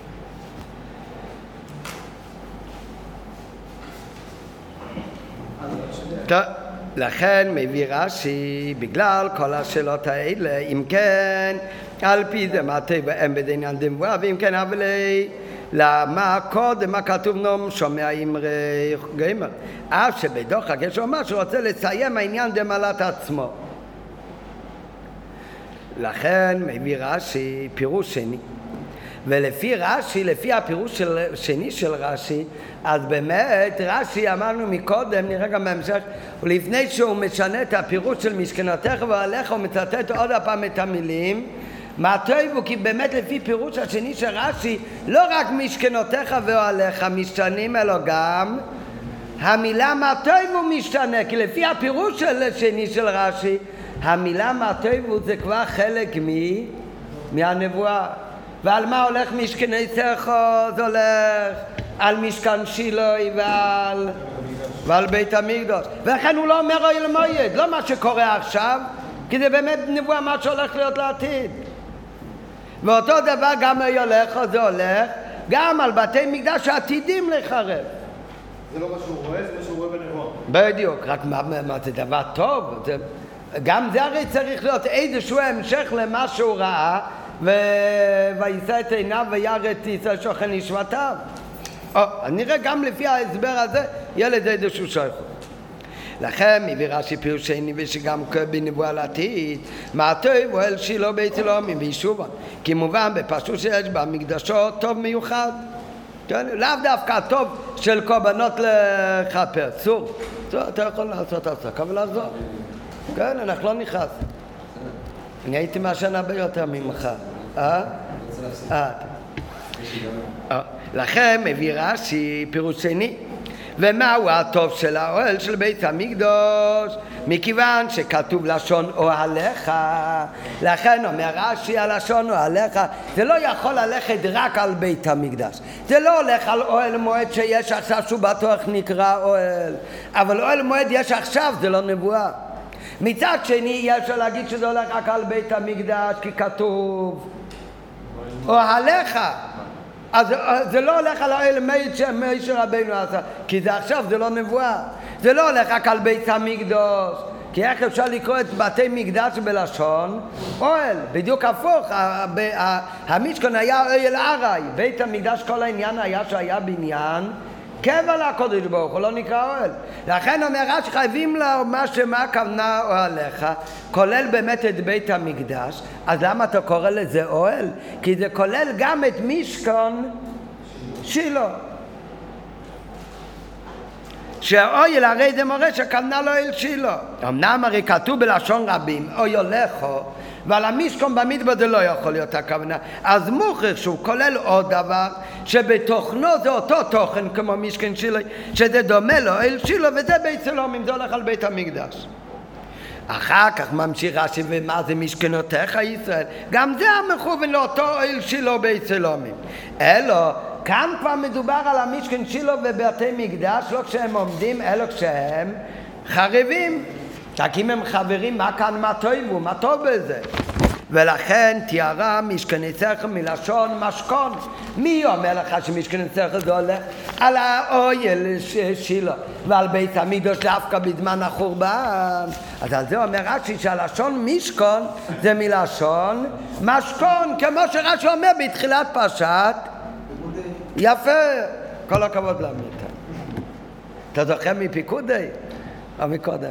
A: טוב, לכן מביא רש"י בגלל כל השאלות האלה, אם כן על פי זה מה טוב אין בזה עניין דנבואה, ואם כן אבל למה קודם מה כתוב נאום שומע אמרי גמר, אף שבדוחק יש אומר שהוא רוצה לסיים העניין דמעלת עצמו. לכן מביא רש"י פירוש שני, ולפי רש"י, לפי הפירוש שני של רש"י, אז באמת רש"י אמרנו מקודם, נראה גם בהמשך, ולפני שהוא משנה את הפירוש של משכנותיך ועליך, הוא מצטט עוד הפעם את המילים מה טוב הוא, כי באמת לפי פירוש השני של רש"י לא רק משכנותיך ועליך משתנים, אלא גם המילה מה טוב הוא משתנה, כי לפי הפירוש השני של רש"י המילה מה טוב הוא זה כבר חלק מהנבואה. ועל מה הולך משכני סכו? זה הולך על משכן שילוי ועל בית המקדש, ולכן הוא לא אומר אוי למועד, לא מה שקורה עכשיו, כי זה באמת נבואה מה שהולך להיות לעתיד. ואותו דבר גם אוי הולך, זה הולך גם על בתי מקדש שעתידים לחרב.
B: זה לא מה שהוא רואה, זה מה שהוא רואה בנבואה.
A: בדיוק, רק מה זה דבר טוב? גם זה הרי צריך להיות איזשהו המשך למה שהוא ראה, ויישא את עיניו וירא את ישראל שוכן נשמתיו. נראה גם לפי ההסבר הזה יהיה לזה איזשהו שייכות. לכן מביא רש"י פירוש שני ושגם בנבואה לעתיד מה טוב הוא אל שילה בית אלוהים ויישובון, כי מובן בפשוט שיש במקדשו טוב מיוחד, לאו דווקא הטוב של קורבנות לכפר. צור, אתה יכול לעשות הפסקה ולעזור. כן, אנחנו לא נכנס. אני הייתי מעשן הרבה יותר ממך. לכן מביא רש"י פירוש שני, ומהו הטוב של האוהל של בית המקדש? מכיוון שכתוב לשון אוהליך, לכן אומר רש"י הלשון אוהליך זה לא יכול ללכת רק על בית המקדש, זה לא הולך על אוהל מועד שיש עכשיו שהוא בטוח נקרא אוהל, אבל אוהל מועד יש עכשיו, זה לא נבואה. מצד שני יש להגיד שזה הולך רק על בית המקדש כי כתוב אוהליך, אז זה לא הולך על האוהל מועד שמשה רבינו עשה, כי זה עכשיו, זה לא נבואה. זה לא הולך רק על בית המקדש, כי איך אפשר לקרוא את בתי מקדש בלשון אוהל? בדיוק הפוך, המשכן היה אוהל ערי, בית המקדש כל העניין היה שהיה בניין קבע לקודש ברוך הוא, לא נקרא אוהל. לכן אומר רש"י חייבים לומר שמה הכוונה אוהליך, כולל באמת את בית המקדש. אז למה אתה קורא לזה אוהל? כי זה כולל גם את משכן שילה. שהאוהל הרי זה מורה שכוונה לו אל שילה. אמנם הרי כתוב בלשון רבים אוהלךו, ועל המשכן במדבר זה לא יכול להיות הכוונה. אז מוכרח שהוא כולל עוד דבר שבתוכנו זה אותו תוכן כמו משכן שילה, שזה דומה לו אל שילה, וזה בית סלומים, זה הולך על בית המקדש. אחר כך ממשיך רש"י, ומה זה משכנותיך ישראל? גם זה המכוון לאותו אל שילה בית סלומים. אלא כאן כבר מדובר על המשכן שילה ובתי מקדש, לא כשהם עומדים, אלא כשהם חרבים. רק אם הם חברים, מה כאן, מה טוב, מה טוב בזה? ולכן תיארה משכני שכל מלשון משכון. מי אומר לך שמשכני שכל זה הולך? על האוהל שילה ועל בית המקדש דווקא בזמן החורבן. אז על זה אומר רש"י שהלשון משכון זה מלשון משכון, כמו שרש"י אומר בתחילת פרשת. יפה, כל הכבוד לעמיתה. אתה זוכר מפיקודי? או מקודם?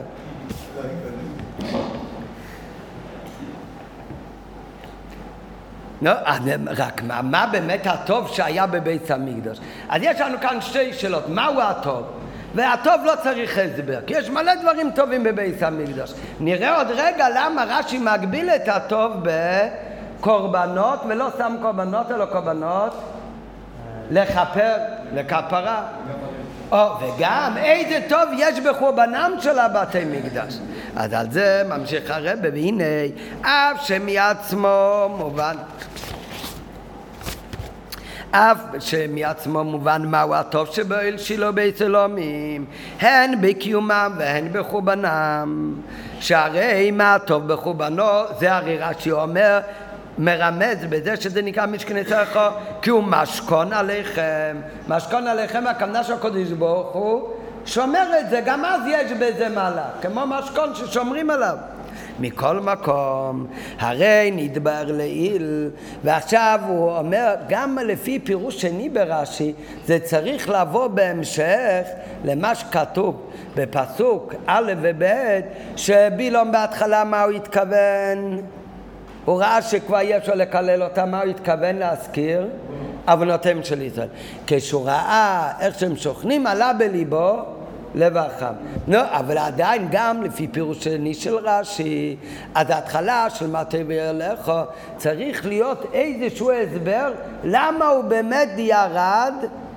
A: לא, רק מה באמת הטוב שהיה בבית המקדש? אז יש לנו כאן שתי שאלות, מהו הטוב? והטוב לא צריך הסבר, כי יש מלא דברים טובים בבית המקדש. נראה עוד רגע למה רש"י מגביל את הטוב בקורבנות, ולא שם קורבנות אלא קורבנות לכפרה. וגם איזה טוב יש בחורבנם של הבתי מקדש. אז על זה ממשיך הרב, והנה אף שמעצמו מובן מהו הטוב שבאל שילה בית סלומים, הן בקיומם והן בחורבנם. שהרי מה הטוב בחורבנו, זה הרי רש"י אומר, מרמז בזה שזה נקרא משכני שכל, כי הוא משכון עליכם. משכון עליכם, הכוונה של הקדוש ברוך הוא שומר את זה, גם אז יש בזה מעלה, כמו משכון ששומרים עליו. מכל מקום, הרי נדבר לעיל, ועכשיו הוא אומר, גם לפי פירוש שני ברש"י, זה צריך לבוא בהמשך למה שכתוב בפסוק א' וב', שבילום בהתחלה מה הוא התכוון? הוא ראה שכבר אי אפשר לקלל אותם, מה הוא התכוון להזכיר? עוונותיהם של ישראל. כשהוא ראה איך שהם שוכנים, עלה בליבו לבחם. אבל עדיין גם לפי פירוש שני של רש"י, אז ההתחלה של מה טוב אליך צריך להיות איזשהו הסבר למה הוא באמת ירד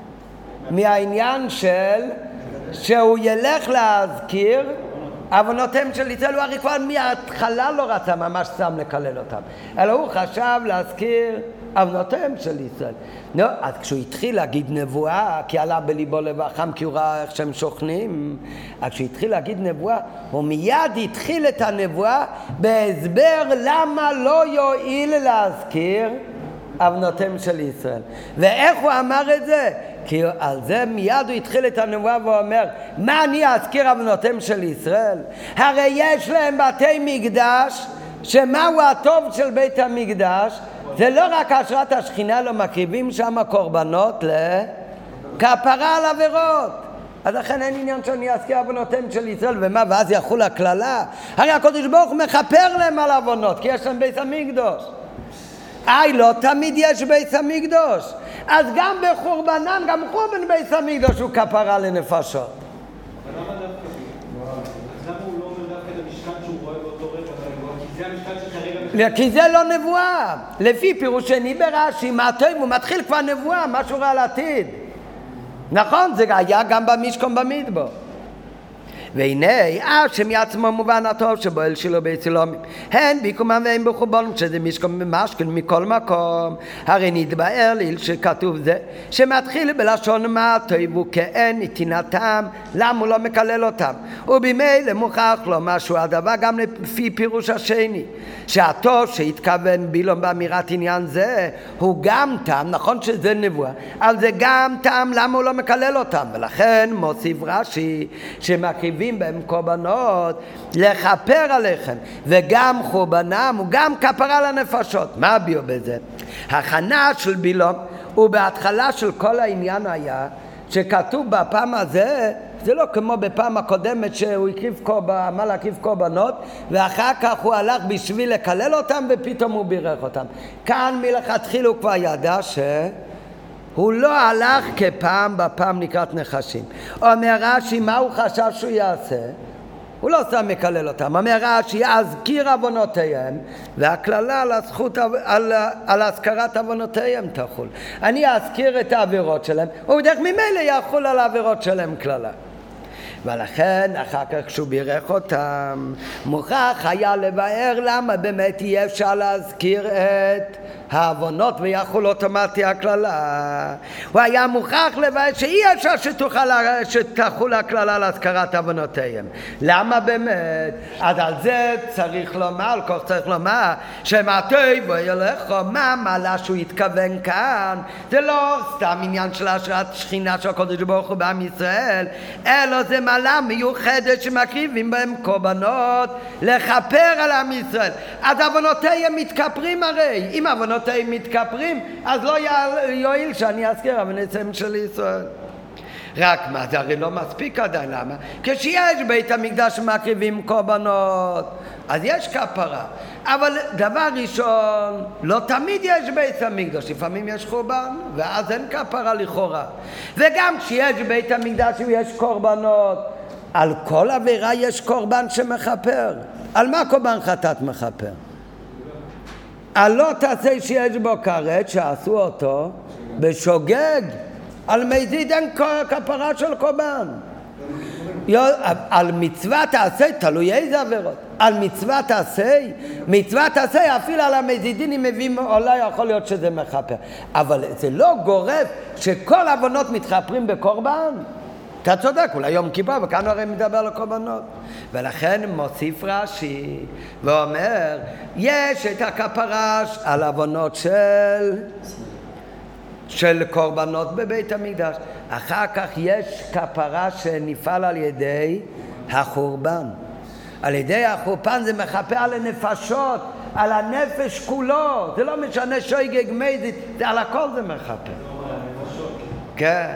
A: מהעניין של שהוא ילך להזכיר עוונותיהם של ישראל. הוא הרי כבר מההתחלה לא רצה ממש סתם לקלל אותם, אלא הוא חשב להזכיר עוונותיהם של ישראל. אז כשהוא התחיל להגיד נבואה, כי עלה בליבו לבחם, כי הוא ראה איך שהם שוכנים, אז כשהוא התחיל להגיד נבואה, הוא מיד התחיל את הנבואה בהסבר למה לא יועיל להזכיר עוונותיהם של ישראל. ואיך הוא אמר את זה? כי על זה מיד הוא התחיל את הנבואה ואומר, מה אני אזכיר עוונותיהם של ישראל? הרי יש להם בתי מקדש, שמהו הטוב של בית המקדש? זה לא רק השראת השכינה, לא מקריבים שם קורבנות לכפרה על עבירות. אז לכן אין עניין שאני אזכיר עוונותיהם של ישראל, ומה, ואז יחול הכללה? הרי הקדוש ברוך הוא מכפר להם על עוונות, כי יש להם בית המקדש. לא תמיד יש בית המקדש. אז גם בחורבנם, גם חורבן בית המקדש הוא כפרה לנפשות.
C: אבל למה דווקא? אז למה הוא לא אומר דווקא את המשכן שהוא רואה באותו רגע? כי זה המשכן שכרגע...
A: כי זה לא נבואה. לפי פירוש שני ברש"י, מה טוב, הוא מתחיל כבר נבואה, משהו רע לעתיד. נכון, זה היה גם במשכן במדבר. והנה, שמעצמו מובן הטוב שבאל שילה בית סלומים, הן ביקומם והן בחורבנם, שזה משכן במשכן מכל מקום. הרי נתבאר לעיל שכתוב זה, שמתחיל בלשון מה טוב וכאין נתינתם, למה הוא לא מקלל אותם? ובמילא מוכח לו משהו הדבר גם לפי פירוש השני, שהטוב שהתכוון בילום באמירת עניין זה, הוא גם טעם, נכון שזה נבואה, אבל זה גם טעם למה הוא לא מקלל אותם. ולכן מוסיף רש"י שמקריב בהם קורבנות לכפר עליכם, וגם חורבנם הוא גם כפרה לנפשות. מה הביאו בזה? הכנה של בילום ובהתחלה של כל העניין היה שכתוב בפעם הזה, זה לא כמו בפעם הקודמת שהוא אמר להקריב קורבנות ואחר כך הוא הלך בשביל לקלל אותם ופתאום הוא בירך אותם. כאן מלכתחילה הוא כבר ידע שהוא לא הלך כפעם בפעם לקראת נחשים. אומר רש"י, מה הוא חשב שהוא יעשה? הוא לא סתם מקלל אותם. אומר רש"י, יזכיר עוונותיהם, והכללה על הזכרת עוונותיהם תחול. אני אזכיר את העבירות שלהם, ובדרך ממילא יחול על העבירות שלהם כללה. ולכן אחר כך כשהוא בירך אותם, מוכרח היה לבאר למה באמת אי אפשר להזכיר את העוונות ויחול אוטומטי הכללה. הוא היה מוכרח לבאר שאי אפשר שתחול הכללה על הזכרת עוונותיהם. למה באמת? אז על זה צריך לומר, על כך צריך לומר שמעטי וילך מה מעלה שהוא התכוון כאן. זה לא סתם עניין של השראת שכינה של הקדוש ברוך הוא בעם ישראל, אלא זה מעלה מיוחדת שמקריבים בהם קורבנות לכפר על עם ישראל. אז עוונותיהם מתכפרים הרי. אם עוונותיהם מתכפרים, אז לא יועיל שאני אזכיר עוונותיהם של ישראל. רק מה, זה הרי לא מספיק עדיין. למה? כשיש בית המקדש מקריבים קורבנות, אז יש כפרה. אבל דבר ראשון, לא תמיד יש בית המקדש, לפעמים יש חורבן, ואז אין כפרה לכאורה. וגם כשיש בית המקדש ויש קורבנות, על כל עבירה יש קורבן שמכפר. על מה קורבן חטאת מכפר? על לא תעשה שיש בו כרת שעשו אותו בשוגג. על מזיד אין כפרה של קורבן. על מצוות תעשה, תלוי איזה עבירות. על מצוות תעשה, אפילו על המזידין אם מביאים, אולי יכול להיות שזה מכפר. אבל זה לא גורף שכל עוונות מתכפרים בקורבן. אתה צודק, אולי יום כיפור, וכאן הרי מדבר על הקורבנות. ולכן מוסיף רש"י ואומר, יש את הכפרה על עוונות של קורבנות בבית המקדש. אחר כך יש כפרה שנפעל על ידי החורבן. על ידי החורבן זה מכפר על הנפשות, על הנפש כולו. זה לא משנה שויגג מזיד, זה על הכל זה מכפר. כן.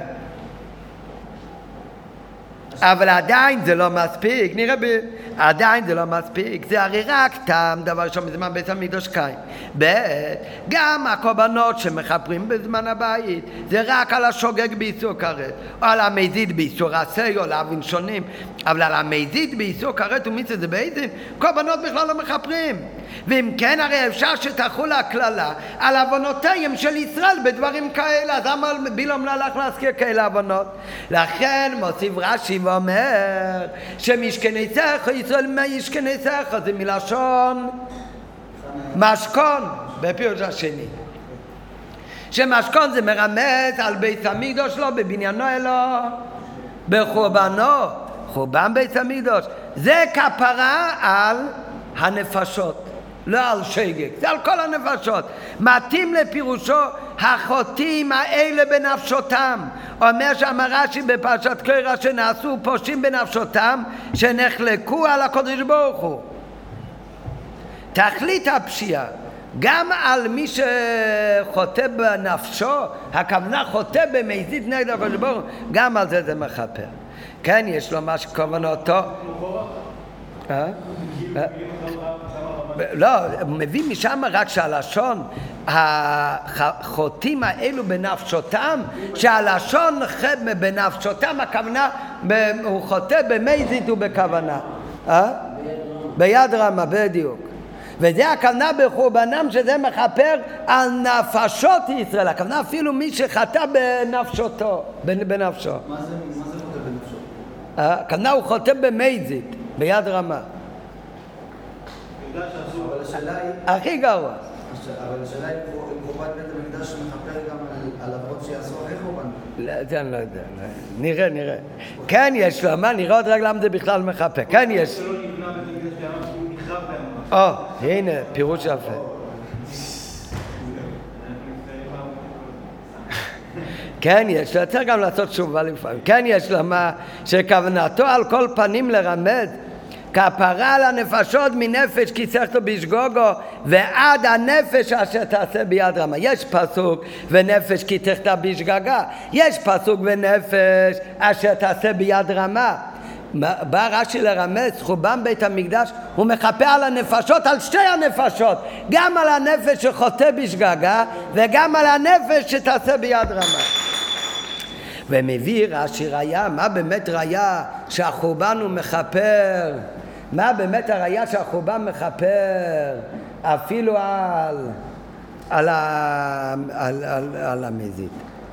A: אבל עדיין זה לא מספיק, נראה עדיין זה לא מספיק, זה הרי רק טעם דבר ראשון בזמן בית המקדש קיים. גם הקורבנות שמכפרים בזמן הבית זה רק על השוגג באיסור כרת, או על המזיד באיסור עשה, או להבין שונים, אבל על המזיד באיסור כרת ומצוות זה בעצם קורבנות בכלל לא מכפרים. ואם כן הרי אפשר שתחול הכללה על עוונותיהם של ישראל בדברים כאלה, אז למה בלעם לא הלך להזכיר כאלה עוונות? לכן מוסיף רש"י ואומר שמשכנתך ישראל משכנתך זה מלשון משכון בפירוש השני, שמשכון זה מרמז על בית המקדש לא בבניינו אלא בחורבנו, חורבן בית המקדש. זה כפרה על הנפשות, לא על שגג, זה על כל הנפשות. מתאים לפירושו החוטאים האלה בנפשותם. אומר שם רש"י בפרשת קרח שנעשו פושעים בנפשותם שנחלקו על הקדוש ברוך הוא. תכלית הפשיעה גם על מי שחוטא בנפשו, הכוונה חוטא במזיד נגד הקדוש ברוך הוא, גם על זה מכפר. כן, יש לו מה שכוונתו. לא, מביא משם רק שהלשון החוטאים האלו בנפשותם, שהלשון בנפשותם הכוונה הוא חוטא במזיד ובכוונה, ביד רמה בדיוק. וזה הכוונה בחורבנם שזה מכפר על נפשות ישראל, הכוונה אפילו מי שחטא בנפשותו, בנפשו.
F: מה זה חוטא בנפשו?
A: הכוונה הוא חוטא במזיד, ביד רמה.
F: אבל השאלה היא...
A: הכי גרוע.
F: אבל השאלה היא אם קורבן בית המקדש מכפר גם על עבירות שיעשו אחרי קורבן.
A: זה אני לא יודע, נראה. כן יש לו, מה נראה עוד רק למה זה בכלל מכפר, כן יש. הנה, פירוש יפה. כן יש, צריך גם לעשות תשובה לפעמים. כן יש לו מה שכוונתו על כל פנים לרמז כפרה לנפשות מנפש כי שכתו בשגוגו ועד הנפש אשר תעשה ביד רמה. יש פסוק ונפש כי תחתה בשגגה, יש פסוק ונפש אשר תעשה ביד רמה. בא רש"י לרמז חורבן בית המקדש הוא מחפה על הנפשות, על שתי הנפשות, גם על הנפש שחוטא בשגגה וגם על הנפש שתעשה ביד רמה. ומביא רש"י ראיה, מה באמת ראיה שהחורבן הוא מחפר? מה באמת הראיה שהחורבן מחפר אפילו על המזיד?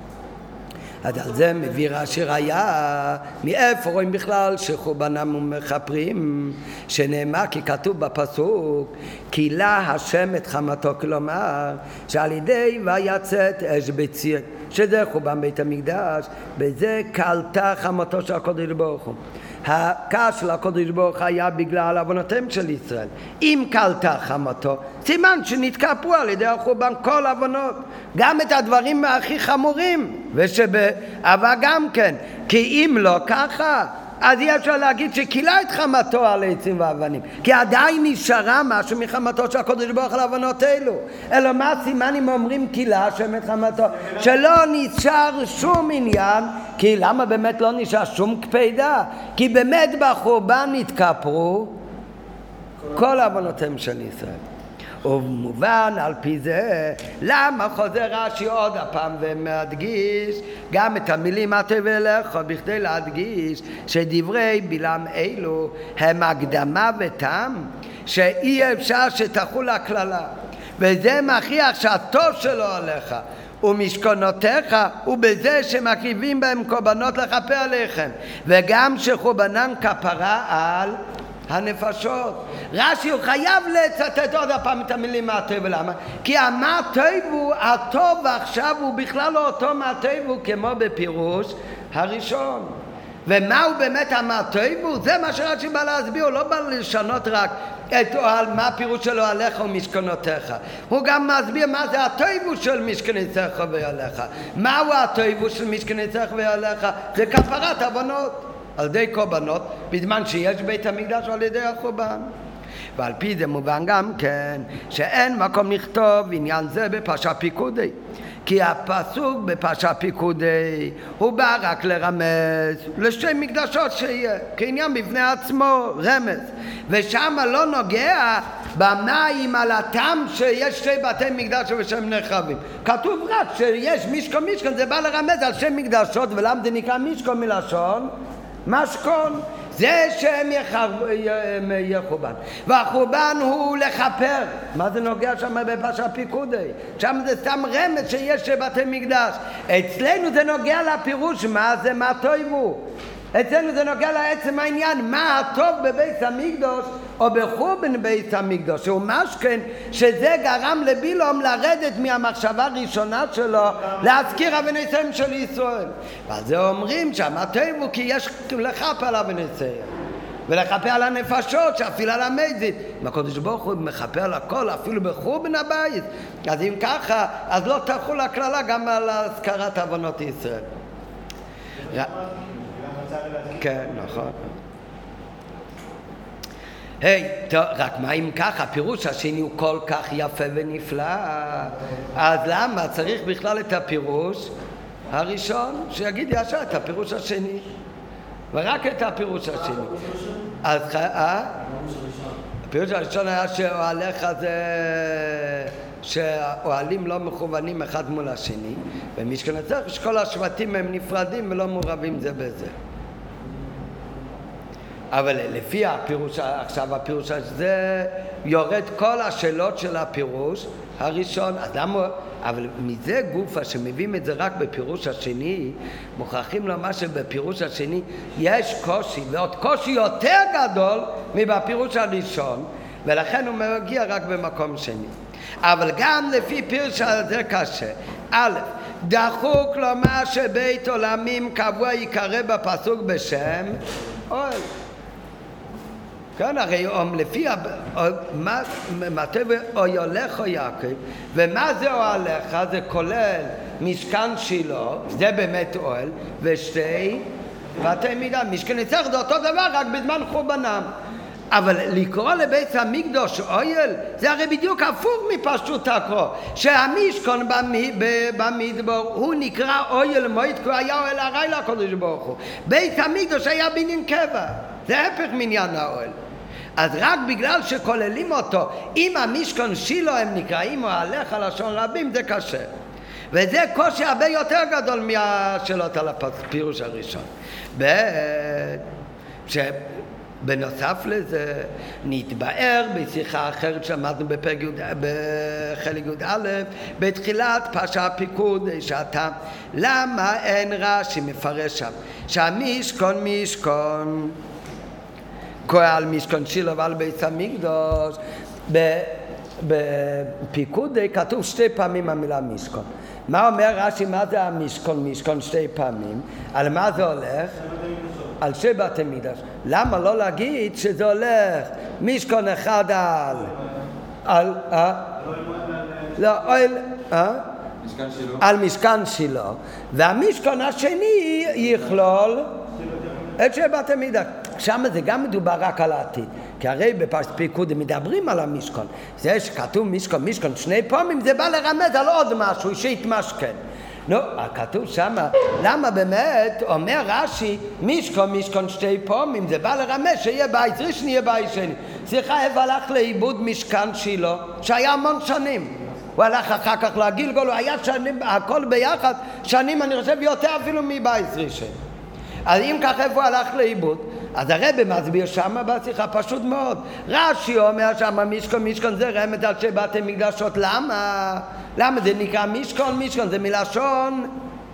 A: אז על זה מביא רש"י ראיה, מאיפה רואים בכלל שחורבנם ומחפרים? שנאמר כי כתוב בפסוק כילה השם את חמתו, כלומר שעל ידי ויצאת אש בציר, שזה חורבן בית המקדש, בזה קלטה חמתו של הקדוש ברוך הוא. הכעס של הקדוש ברוך הוא היה בגלל עוונותיהם של ישראל. אם קלטה חמתו, סימן שנתקפו על ידי החורבן כל עוונות, גם את הדברים הכי חמורים, אבל גם כן, כי אם לא ככה, אז אי אפשר להגיד שקילה את חמתו על עצים ואבנים, כי עדיין נשארה משהו מחמתו של הקדוש ברוך הוא על העוונות אלו. אלא מה סימנים אומרים קילה השם את חמתו? שלא נשאר שום עניין. כי למה באמת לא נשאר שום קפידה? כי באמת בחורבן נתכפרו כל עוונותיהם של ישראל. ובמובן על פי זה למה חוזר רש"י עוד הפעם ומדגיש גם את המילים הטוב אליך, בכדי להדגיש שדברי בלעם אלו הם הקדמה וטעם שאי אפשר שתחול הכללה, וזה מכריח שהטוב שלו עליך ומשכנותיך ובזה שמקריבים בהם קורבנות לכפר עליכם, וגם שחורבנם כפרה על הנפשות. רש"י הוא חייב לצטט עוד הפעם את המילים מהטוב. למה? כי המטוב הוא הטוב עכשיו הוא בכלל לא אותו מטוב הוא כמו בפירוש הראשון. ומהו באמת המטוב הוא? זה מה שרש"י בא להסביר, הוא לא בא לשנות רק את מה הפירוש שלו עליך ומשכנותיך, הוא גם מסביר מה זה הטוב של משכנתך ועליך. מהו הטוב של משכנתך ועליך? זה כפרת עוונות על ידי קורבנות בזמן שיש בית המקדש על ידי החורבן. ועל פי זה מובן גם כן שאין מקום לכתוב עניין זה בפרשת פיקודי, כי הפסוק בפרשת פיקודי הוא בא רק לרמז לשתי מקדשות שיהיה כעניין בפני עצמו רמז, ושם לא נוגע במים על הטעם שיש שתי בתי מקדש ושהם נחרבים. כתוב רק שיש משכון, זה בא לרמז על שתי מקדשות. ולמה זה נקרא משכון? מלשון משכון, זה שהם יחורבן, והחורבן הוא לכפר. מה זה נוגע שם בפרשת פיקודי? שם זה סתם רמז שיש בתי מקדש. אצלנו זה נוגע לפירוש מה זה מה טוב הוא. אצלנו זה נוגע לעצם העניין מה הטוב בבית המקדוש או בחורבן בית המקדוש, שהוא משכן שזה גרם לבילעם לרדת מהמחשבה הראשונה שלו להזכיר עוונותיהם של ישראל. ועל זה אומרים שהטוב הוא כי יש לכפר על עוונותיהם ולכפר על הנפשות שאפילו על המזיד. אם הקדוש ברוך הוא מכפר על הכל אפילו בחורבן הבית, אז אם ככה אז לא תחול הכללה גם על הזכרת עוונות ישראל. כן, נכון. טוב, רק מה אם ככה? הפירוש השני הוא כל כך יפה ונפלא, אז למה צריך בכלל את הפירוש הראשון? שיגיד ישר את הפירוש השני ורק את הפירוש השני. אז הפירוש הראשון היה שאוהליך זה שהאוהלים לא מכוונים אחד מול השני, במשכנתך שכל השבטים הם נפרדים ולא מעורבים זה בזה. אבל לפי הפירוש, עכשיו הפירוש הזה יורד כל השאלות של הפירוש הראשון. אז למה? אבל מזה גופה שמביאים את זה רק בפירוש השני, מוכרחים לומר שבפירוש השני יש קושי, ועוד קושי יותר גדול מבפירוש הראשון, ולכן הוא מגיע רק במקום שני. אבל גם לפי פירוש הזה קשה. א', דחוק לומר שבית עולמים קבוע יקרא בפסוק בשם אוהל. כן, הרי לפי מה טבע אוהלך או יעקב, ומה זה אוהלך? זה כולל משכן שילה, זה באמת אוהל, ושתי בתי מקדש. משכן יצחק זה אותו דבר רק בזמן חורבנם. אבל לקרוא לבית המקדוש אוהל, זה הרי בדיוק הפוך מפשוט הקרוא. שהמשכון במדבר הוא נקרא אוהל מועד, כי הוא היה אוהל הרי לקדוש ברוך הוא. בית המקדוש היה בניין קבע, זה הפך מעניין האוהל. אז רק בגלל שכוללים אותו, אם המשכון שילה הם נקראים אוהליך לשון רבים, זה קשה. וזה קושי הרבה יותר גדול מהשאלות על הפירוש הראשון. בנוסף לזה נתבאר בשיחה אחרת שלמדנו בחלק י"א בתחילת פרשת פיקוד שהטעם למה אין רש"י מפרש שם שהמשכון משכון על משכון שילה ועל בית המקדוש. בפיקודי כתוב 2 פעמים המילה משכון. מה אומר רש"י? מה זה המשכון? משכון 2 פעמים. על מה זה הולך? על 2 בתי מקדש. למה לא להגיד שזה הולך משכון אחד על משכן שילה, והמשכון השני יכלול את 2 בתי מקדש. שם זה גם מדובר רק על העתיד, כי הרי בפרשת פיקוד מדברים על המשכון. זה שכתוב משכון 2 פעמים, זה בא לרמז על עוד משהו שיתמשכן. כתוב שם, למה באמת אומר רש"י משכון 2 פעמים, זה בא לרמז שיהיה בית ראשון, יהיה בית שני. סליחה, איפה הלך לאיבוד משכן שילה שהיה המון שנים? הוא הלך אחר כך לגילגול, הוא היה שנים, הכל ביחד שנים, אני חושב יותר אפילו מבית ראשון. אז אם כך איפה הלך לאיבוד? אז הרבי מסביר שמה בשיחה פשוט מאוד. רש"י אומר שמה משכון זה רמז על 2 בתי מקדשות. למה זה נקרא משכון? זה מלשון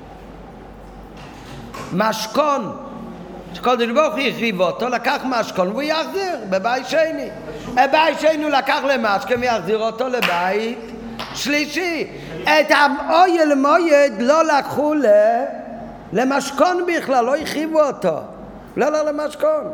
A: משכון. שקודש ברוך הוא החריב אותו, לקח משכון והוא יחזיר בבית שני. בבית שני הוא לקח למשכון ויחזיר אותו לבית שלישי. את האוהל מועד לא לקחו למשכון בכלל, לא החריבו אותו. לא למשכון.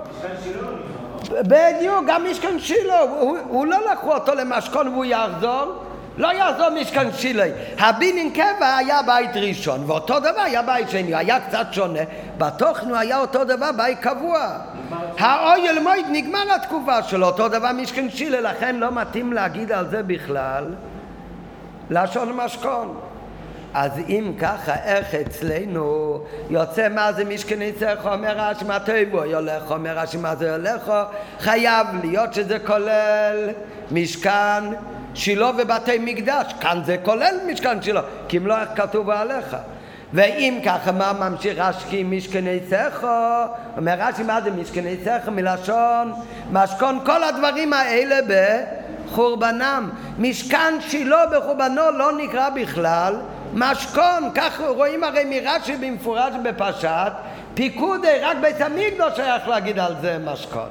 A: בדיוק, גם משכן שילה. הוא לא לקחו אותו למשכון והוא יחזור. לא יחזור משכן שילה. הבניין קבע היה בית ראשון, ואותו דבר היה בית שני. היה קצת שונה. בתוכן הוא היה אותו דבר, בית קבוע. האוהל מועד נגמר התקופה שלו, אותו דבר משכן שילה. לכן לא מתאים להגיד על זה בכלל לשון משכון. אז אם ככה, איך אצלנו יוצא מה זה משכני צחו? אומר רש"י מה טובו יולך, אומר רש"י מה זה יולך? חייב להיות שזה כולל משכן שילה ובתי מקדש. כאן זה כולל משכן שילה, כי אם לא איך כתוב עליך. ואם ככה, מה ממשיך רש"י משכני צחו? אומר רש"י מה זה משכני צחו? מלשון משכון כל הדברים האלה בחורבנם. משכן שילה בחורבנו לא נקרא בכלל משכון. כך רואים הרי מרש"י במפורש בפרשת פיקודי, רק בית המקדוש שייך להגיד על זה משכון.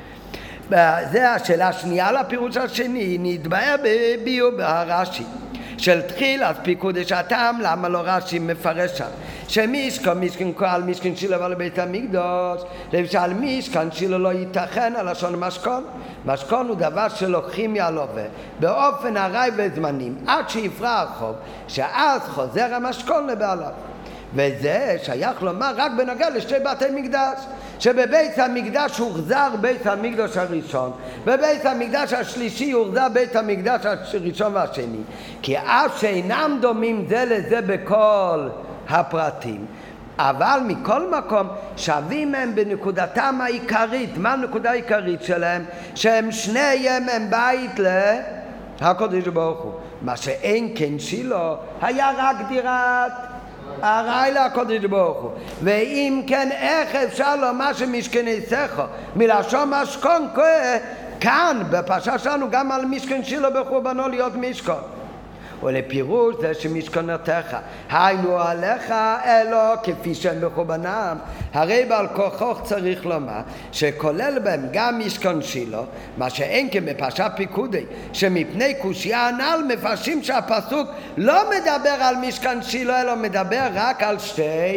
A: זה השאלה השנייה. על הפירוש השני נתבאר בביאור ברש"י של תחילת פיקודי שהטעם למה לא רש"י מפרש שם שמשכון על משכן שילה ועל בית המקדוש, למשל משכן שילה לא ייתכן על לשון משכון. משכון הוא דבר שלוקחים מהלווה באופן ארעי וזמנים עד שיפרע החוב, שאז חוזר המשכון לבעליו. וזה שייך לומר רק בנוגע ל2 בתי מקדש, שבבית המקדש הוחזר בית המקדש הראשון, בבית המקדש השלישי הוחזר בית המקדש הראשון והשני, כי אף שאינם דומים זה לזה בכל הפרטים, אבל מכל מקום שווים הם בנקודתם העיקרית. מה הנקודה העיקרית שלהם? שהם שניהם הם בית להקדוש ברוך הוא. מה שאין כן שילה היה רק דירת ארעי לקדוש ברוך הוא. ואם כן, איך אפשר לומר שמשכני צחו מלשון משכון כאן בפרשה שלנו גם על משכן שילה בחורבנו להיות משכון? ולפירוש זה שמשכנותיך היינו עליך אלו כפי שהם בחורבנם. הרי בעל כוחו צריך לומר שכולל בהם גם משכן שילה, מה שאין כן בפרשת פיקודי, שמפני קושיה הנ"ל מפרשים שהפסוק לא מדבר על משכן שילה אלא מדבר רק על 2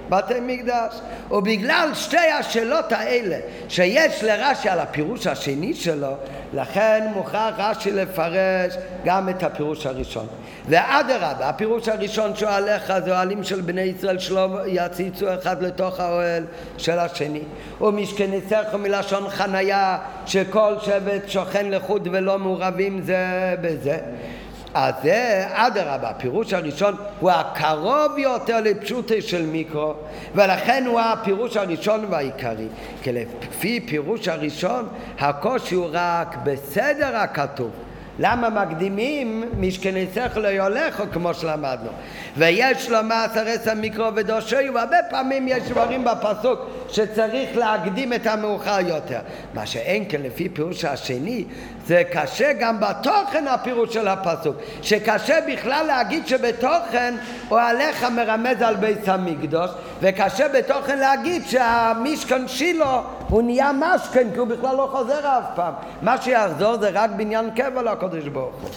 A: בתי מקדש. ובגלל שתי השאלות האלה שיש לרש"י על הפירוש השני שלו, לכן מוכרח רש"י לפרש גם את הפירוש הראשון. ואדרבה, הפירוש הראשון שהולך זה אוהלים של בני ישראל שלא יציצו אחד לתוך האוהל של השני. ומשכניסך מלשון חניה, שכל שבט שוכן לחוד ולא מעורבים זה בזה. אז זה אדרבה, הפירוש הראשון הוא הקרוב יותר לפשוטו של מיקרו, ולכן הוא הפירוש הראשון והעיקרי. כי לפי פירוש הראשון הקושי הוא רק בסדר הכתוב. למה מקדימים משכניסך לא יולכו כמו שלמדנו, ויש לו מעשרס המיקרו ודושהו, והרבה פעמים יש דברים בפסוק שצריך להקדים את המאוחר יותר. מה שאין כן לפי פירוש השני, זה קשה גם בתוכן הפירוש של הפסוק, שקשה בכלל להגיד שבתוכן אוהליך מרמז על בית המקדוש, וקשה בתוכן להגיד שהמשכן שילו הוא נהיה משכן, כי הוא בכלל לא חוזר אף פעם. מה שיחזור זה רק בניין קבע לקדוש ברוך הוא.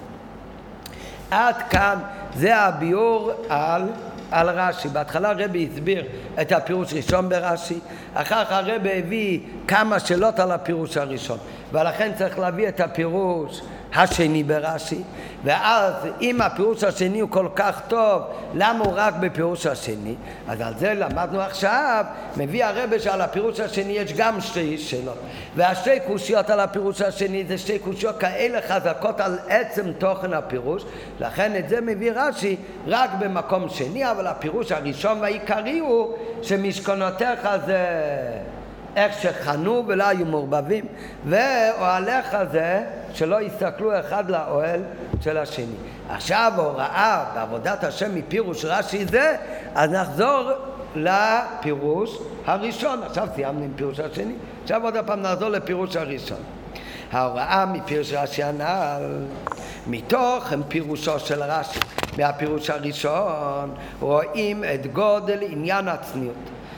A: עד כאן זה הביאור על רש"י. בהתחלה רבי הסביר את הפירוש ראשון ברש"י, אחר כך רבי הביא כמה שאלות על הפירוש הראשון, ולכן צריך להביא את הפירוש השני ברש"י. ואז אם הפירוש השני הוא כל כך טוב, למה הוא רק בפירוש השני? אז על זה למדנו עכשיו. מביא הרבי שעל הפירוש השני יש גם שתי שאלות, והשתי קושיות על הפירוש השני זה שתי קושיות כאלה חזקות על עצם תוכן הפירוש, לכן את זה מביא רש"י רק במקום שני. אבל הפירוש הראשון והעיקרי הוא שמשכנותיך זה איך שחנו ולא היו מורבבים, ואוהליך זה שלא יסתכלו אחד לאוהל של השני. עכשיו הוראה בעבודת השם מפירוש רש"י זה, אז נחזור לפירוש הראשון. עכשיו סיימנו עם פירוש השני, עכשיו עוד פעם נחזור לפירוש הראשון. ההוראה מפירוש רש"י הנ"ל מתוך פירושו של רש"י. מהפירוש הראשון רואים את גודל עניין הצניעות,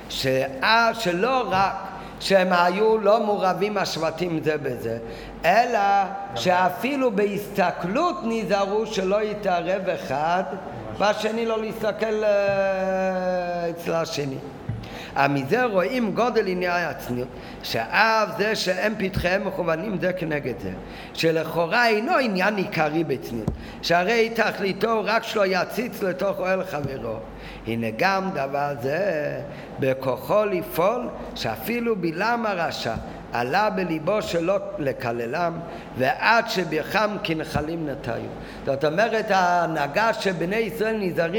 A: שלא רק שהם היו לא מעורבים השבטים זה בזה, אלא שאפילו בהסתכלות נזהרו שלא יתערב אחד והשני לא להסתכל אצל השני. מזה רואים גודל עניין הצניעות, שאף זה שהם פתחיהם מכוונים זה כנגד זה, שלכאורה אינו עניין עיקרי בצניעות, שהרי תכליתו רק שלא יציץ לתוך אוהל חברו. הנה גם דבר זה בכוחו לפעול, שאפילו בלעם הרשע עלה בליבו שלא לקללם, ועד שבחם כנחלים נטיו. זאת אומרת, ההנהגה שבני ישראל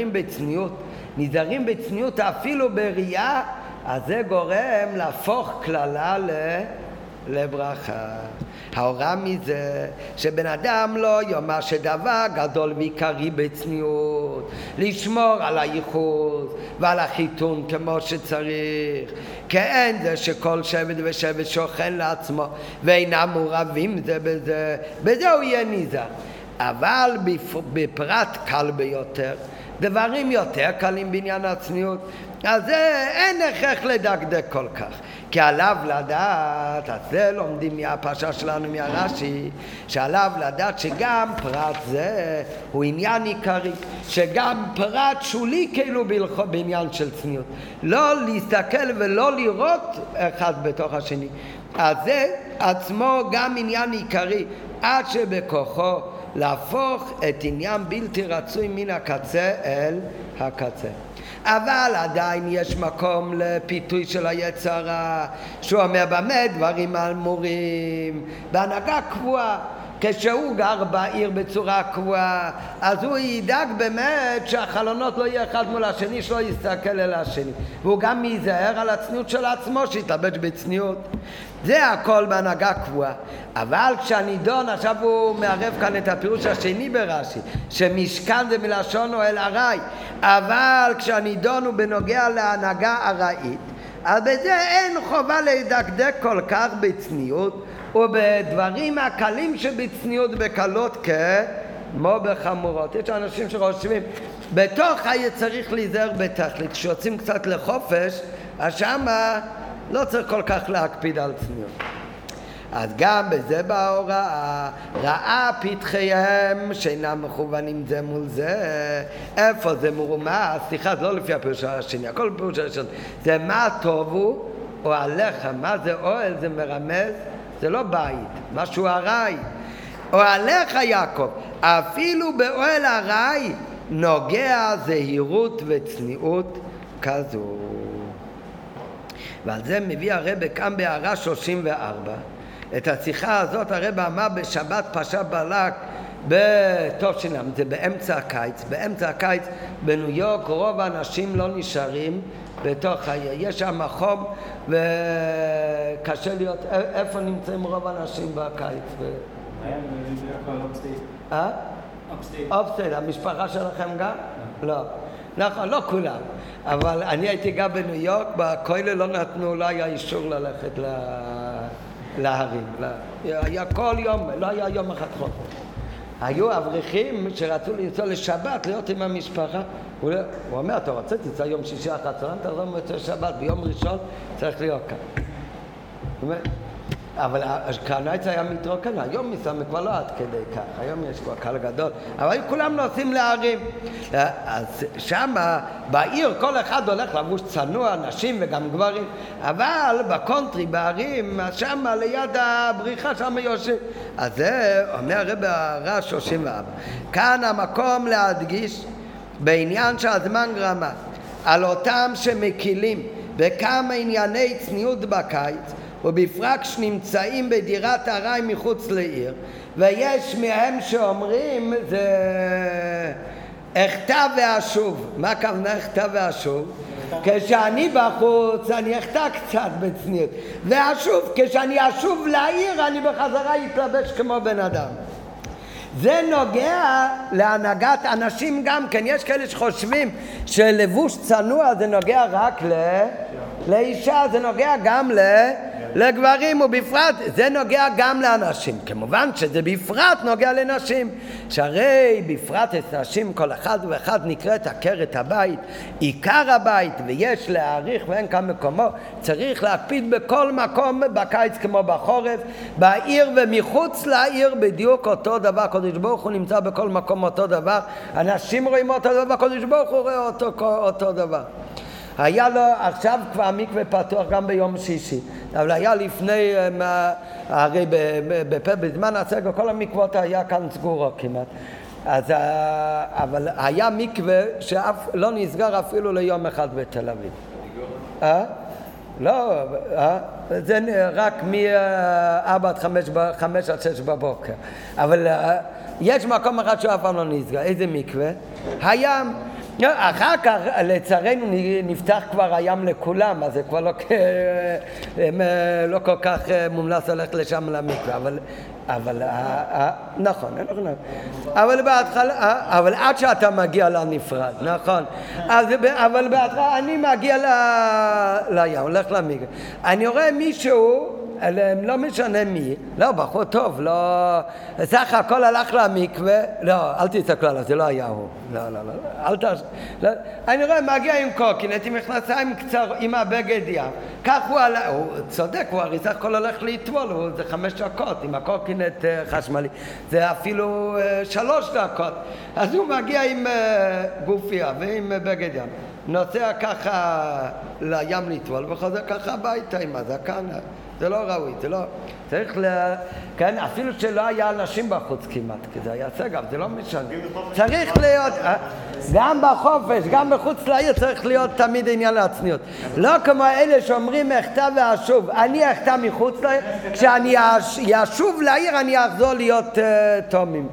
A: נזהרים בצניעות אפילו בראייה, אז זה גורם להפוך כללה לברכה. ההוראה מזה שבן אדם לא יאמר שדבר גדול ועיקרי בצניעות לשמור על הייחוד ועל החיתון כמו שצריך, כן זה שכל שבט ושבט שוכן לעצמו ואינם מעורבים זה בזה, בזה הוא יהיה נזהר. אבל בפרט קל ביותר, דברים יותר קלים בעניין הצניעות, אז אין הכרח לדקדק כל כך, כי עליו לדעת, אז זה לומדים מהפרשה שלנו מהרש"י, שעליו לדעת שגם פרט זה הוא עניין עיקרי, שגם פרט שולי כאילו בעניין של צניעות, לא להסתכל ולא לראות אחד בתוך השני, אז זה עצמו גם עניין עיקרי, עד שבכוחו להפוך את עניין בלתי רצוי מן הקצה אל הקצה. אבל עדיין יש מקום לפיתוי של היצרה, שהוא אומר באמת דברים אמורים בהנהגה קבועה. כשהוא גר בעיר בצורה קבועה, אז הוא ידאג באמת שהחלונות לא יהיה אחד מול השני, שלא יסתכל אל השני, והוא גם ייזהר על הצניעות של עצמו, שיתלבש בצניעות. זה הכל בהנהגה קבועה. אבל כשהנידון, עכשיו הוא מערב כאן את הפירוש השני ברש"י, שמשכן זה מלשון אוהל ארעי, אבל כשהנידון הוא בנוגע להנהגה ארעית, אז בזה אין חובה לדקדק כל כך בצניעות, ובדברים הקלים שבצניעות בקלות כמו בחמורות. יש אנשים שחושבים בתוך צריך להיזהר בתכלית, כשיוצאים קצת לחופש, אז שמה לא צריך כל כך להקפיד על צניעות. אז גם בזה בהוראה, ראה פתחיהם שאינם מכוונים זה מול זה. איפה זה מרומז? סליחה, זה לא לפי הפירוש השני, הכל פירוש הראשון. זה מה טובו או עליך, מה זה אוהל? זה מרמז, זה לא בית, משהו ארעי. או עליך יעקב, אפילו באוהל ארעי נוגע זהירות וצניעות כזו. ועל זה מביא הרב כאן בהערה 34. את השיחה הזאת הרב אמר בשבת פרשת בלק בתש"ל, זה באמצע הקיץ. באמצע הקיץ בניו יורק רוב האנשים לא נשארים בתוך העיר, יש שם חום וקשה להיות. איפה נמצאים רוב האנשים בקיץ? אופסטייט. המשפחה שלכם גם? לא. נכון, לא כולם. אבל אני הייתי גם בניו יורק, בכולל לא נתנו, לא היה אישור ללכת להרים. היה כל יום, לא היה יום אחד חום. היו אברכים שרצו לנסוע לשבת, להיות עם המשפחה. הוא אומר, אתה רוצה, תצא יום שישי אחת צהריים, תחזור מוצא שבת, ביום ראשון צריך להיות כאן. אבל כהניץ היה מתרוקן, היום מסתובב כבר לא עד כדי כך, היום יש כבר קהל גדול, אבל כולם נוסעים להרים. אז שם בעיר כל אחד הולך לבוש צנוע, נשים וגם גברים, אבל בקונטרי, בערים, שם ליד הבריחה שם יושב. אז זה אומר הרב בהערה 34. כאן המקום להדגיש בעניין שהזמן גרמה על אותם שמקילים בכמה ענייני צניעות בקיץ, ובפרט שנמצאים בדירת ארעי מחוץ לעיר, ויש מהם שאומרים זה אחטא ואשוב. מה הכוונה אחטא ואשוב? כשאני בחוץ אני אחטא קצת בצניעות, ואשוב, כשאני אשוב לעיר אני בחזרה אתלבש כמו בן אדם. זה נוגע להנהגת אנשים גם כן. יש כאלה שחושבים שלבוש צנוע זה נוגע רק לאישה, זה נוגע גם לגברים, ובפרט זה נוגע גם לאנשים. כמובן שזה בפרט נוגע לנשים, שהרי בפרט את נשים כל אחד ואחד נקראת עקרת הבית, עיקר הבית, ויש להעריך ואין כאן מקומו. צריך להקפיד בכל מקום, בקיץ כמו בחורף, בעיר ומחוץ לעיר בדיוק אותו דבר. קדוש ברוך הוא נמצא בכל מקום אותו דבר, אנשים רואים אותו דבר, קדוש ברוך הוא רואה אותו דבר. היה לו עכשיו כבר המקווה פתוח גם ביום שישי, אבל היה לפני, הרי בזמן הסגר כל המקוות היה כאן סגורות כמעט, אז, אבל היה מקווה שאף לא נסגר אפילו ליום אחד בתל אביב. לא, זה רק מ-4 עד 5 עד 6 בבוקר, אבל יש מקום אחד שאף פעם לא נסגר. איזה מקווה? הים. אחר כך לצערנו נפתח כבר הים לכולם, אז זה כבר לא כל כך מומלץ ללכת לשם למקווה, אבל נכון, אבל בהתחלה, אבל עד שאתה מגיע לנפרד, נכון, אבל בהתחלה אני מגיע לים, הולך למקווה, אני רואה מישהו, לא משנה מי, לא, בחור טוב, לא, סך הכל הלך למקווה, לא, אל תסתכלו עליו, זה לא היה הוא, לא, אני רואה, מגיע עם קוקינט, עם מכנסיים קצר, עם הבגד ים, כך הוא צודק, הוא הרי סך הכל הולך לטבול, זה 5 דקות, עם הקוקינט חשמלי, זה אפילו 3 דקות, אז הוא מגיע עם גופיה ועם בגד ים, נוסע ככה לים לטבול, וחוזר ככה הביתה עם הזקן, זה לא ראוי, זה לא, צריך כן, אפילו שלא היה אנשים בחוץ כמעט, כי זה היה סגר, זה לא משנה. צריך להיות, גם בחופש, גם מחוץ לעיר צריך להיות תמיד עניין לעצמיות. לא כמו אלה שאומרים אחטא ואשוב, אני אחטא מחוץ לעיר, כשאני אשוב לעיר אני אחזור להיות תומים.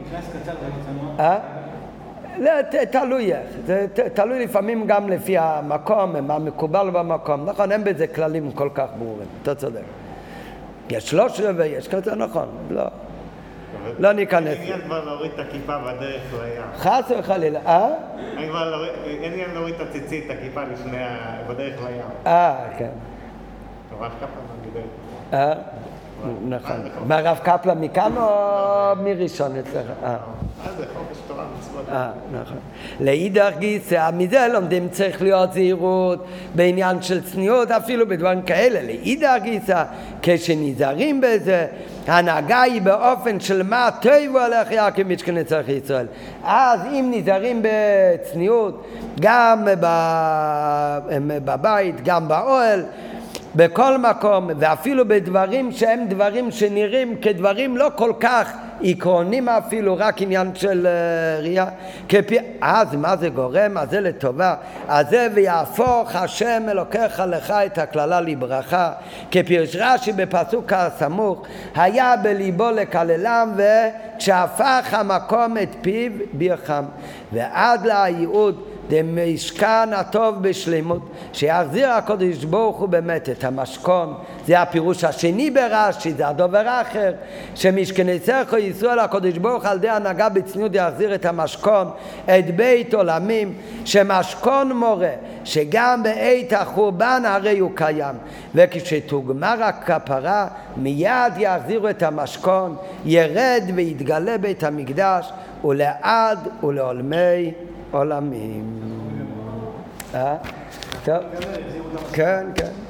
A: תלוי איך, זה תלוי לפעמים גם לפי המקום, מה מקובל במקום, נכון, אין בזה כללים כל כך ברורים, אתה צודק. יש 3 ויש כזה, נכון, לא ניכנס.
B: אין עניין כבר להוריד את הכיפה בדרך לים.
A: חס וחלילה,
B: אין עניין להוריד את הציצית, את הכיפה בדרך לים.
A: כן.
B: הרב קפלן
A: נכון. מהרב קפלן מכאן או מראשון אצלך?
B: זה חופש תורה.
A: נכון. לאידך גיסא, מזה לומדים צריך להיות זהירות בעניין של צניעות, אפילו בדברים כאלה. לאידך גיסא, כשנזהרים בזה, ההנהגה היא באופן של מה טוב הולך יעקב משכן נצח ישראל. אז אם נזהרים בצניעות, גם בבית, גם באוהל, בכל מקום, ואפילו בדברים שהם דברים שנראים כדברים לא כל כך עקרונים, אפילו רק עניין של ראייה, אז מה זה גורם? אז זה לטובה. אז זה ויהפוך השם אלוקיך לך את הכללה לברכה, כפירוש רש"י בפסוק הסמוך, היה בליבו לקללם, וכשהפך המקום את פיו בירחם. ועד לייעוד דמשכן הטוב בשלמות, שיחזיר הקדוש ברוך הוא באמת את המשכון. זה הפירוש השני ברש"י, זה הדובר האחר, שמשכנתך ישראל הקדוש ברוך על ידי הנהגה בצניעות יחזיר את המשכון, את בית עולמים, שמשכון מורה שגם בעת החורבן הרי הוא קיים, וכשתוגמר הכפרה מיד יחזירו את המשכון, ירד ויתגלה בית המקדש ולעד ולעולמי עולמים. טוב, כן, כן.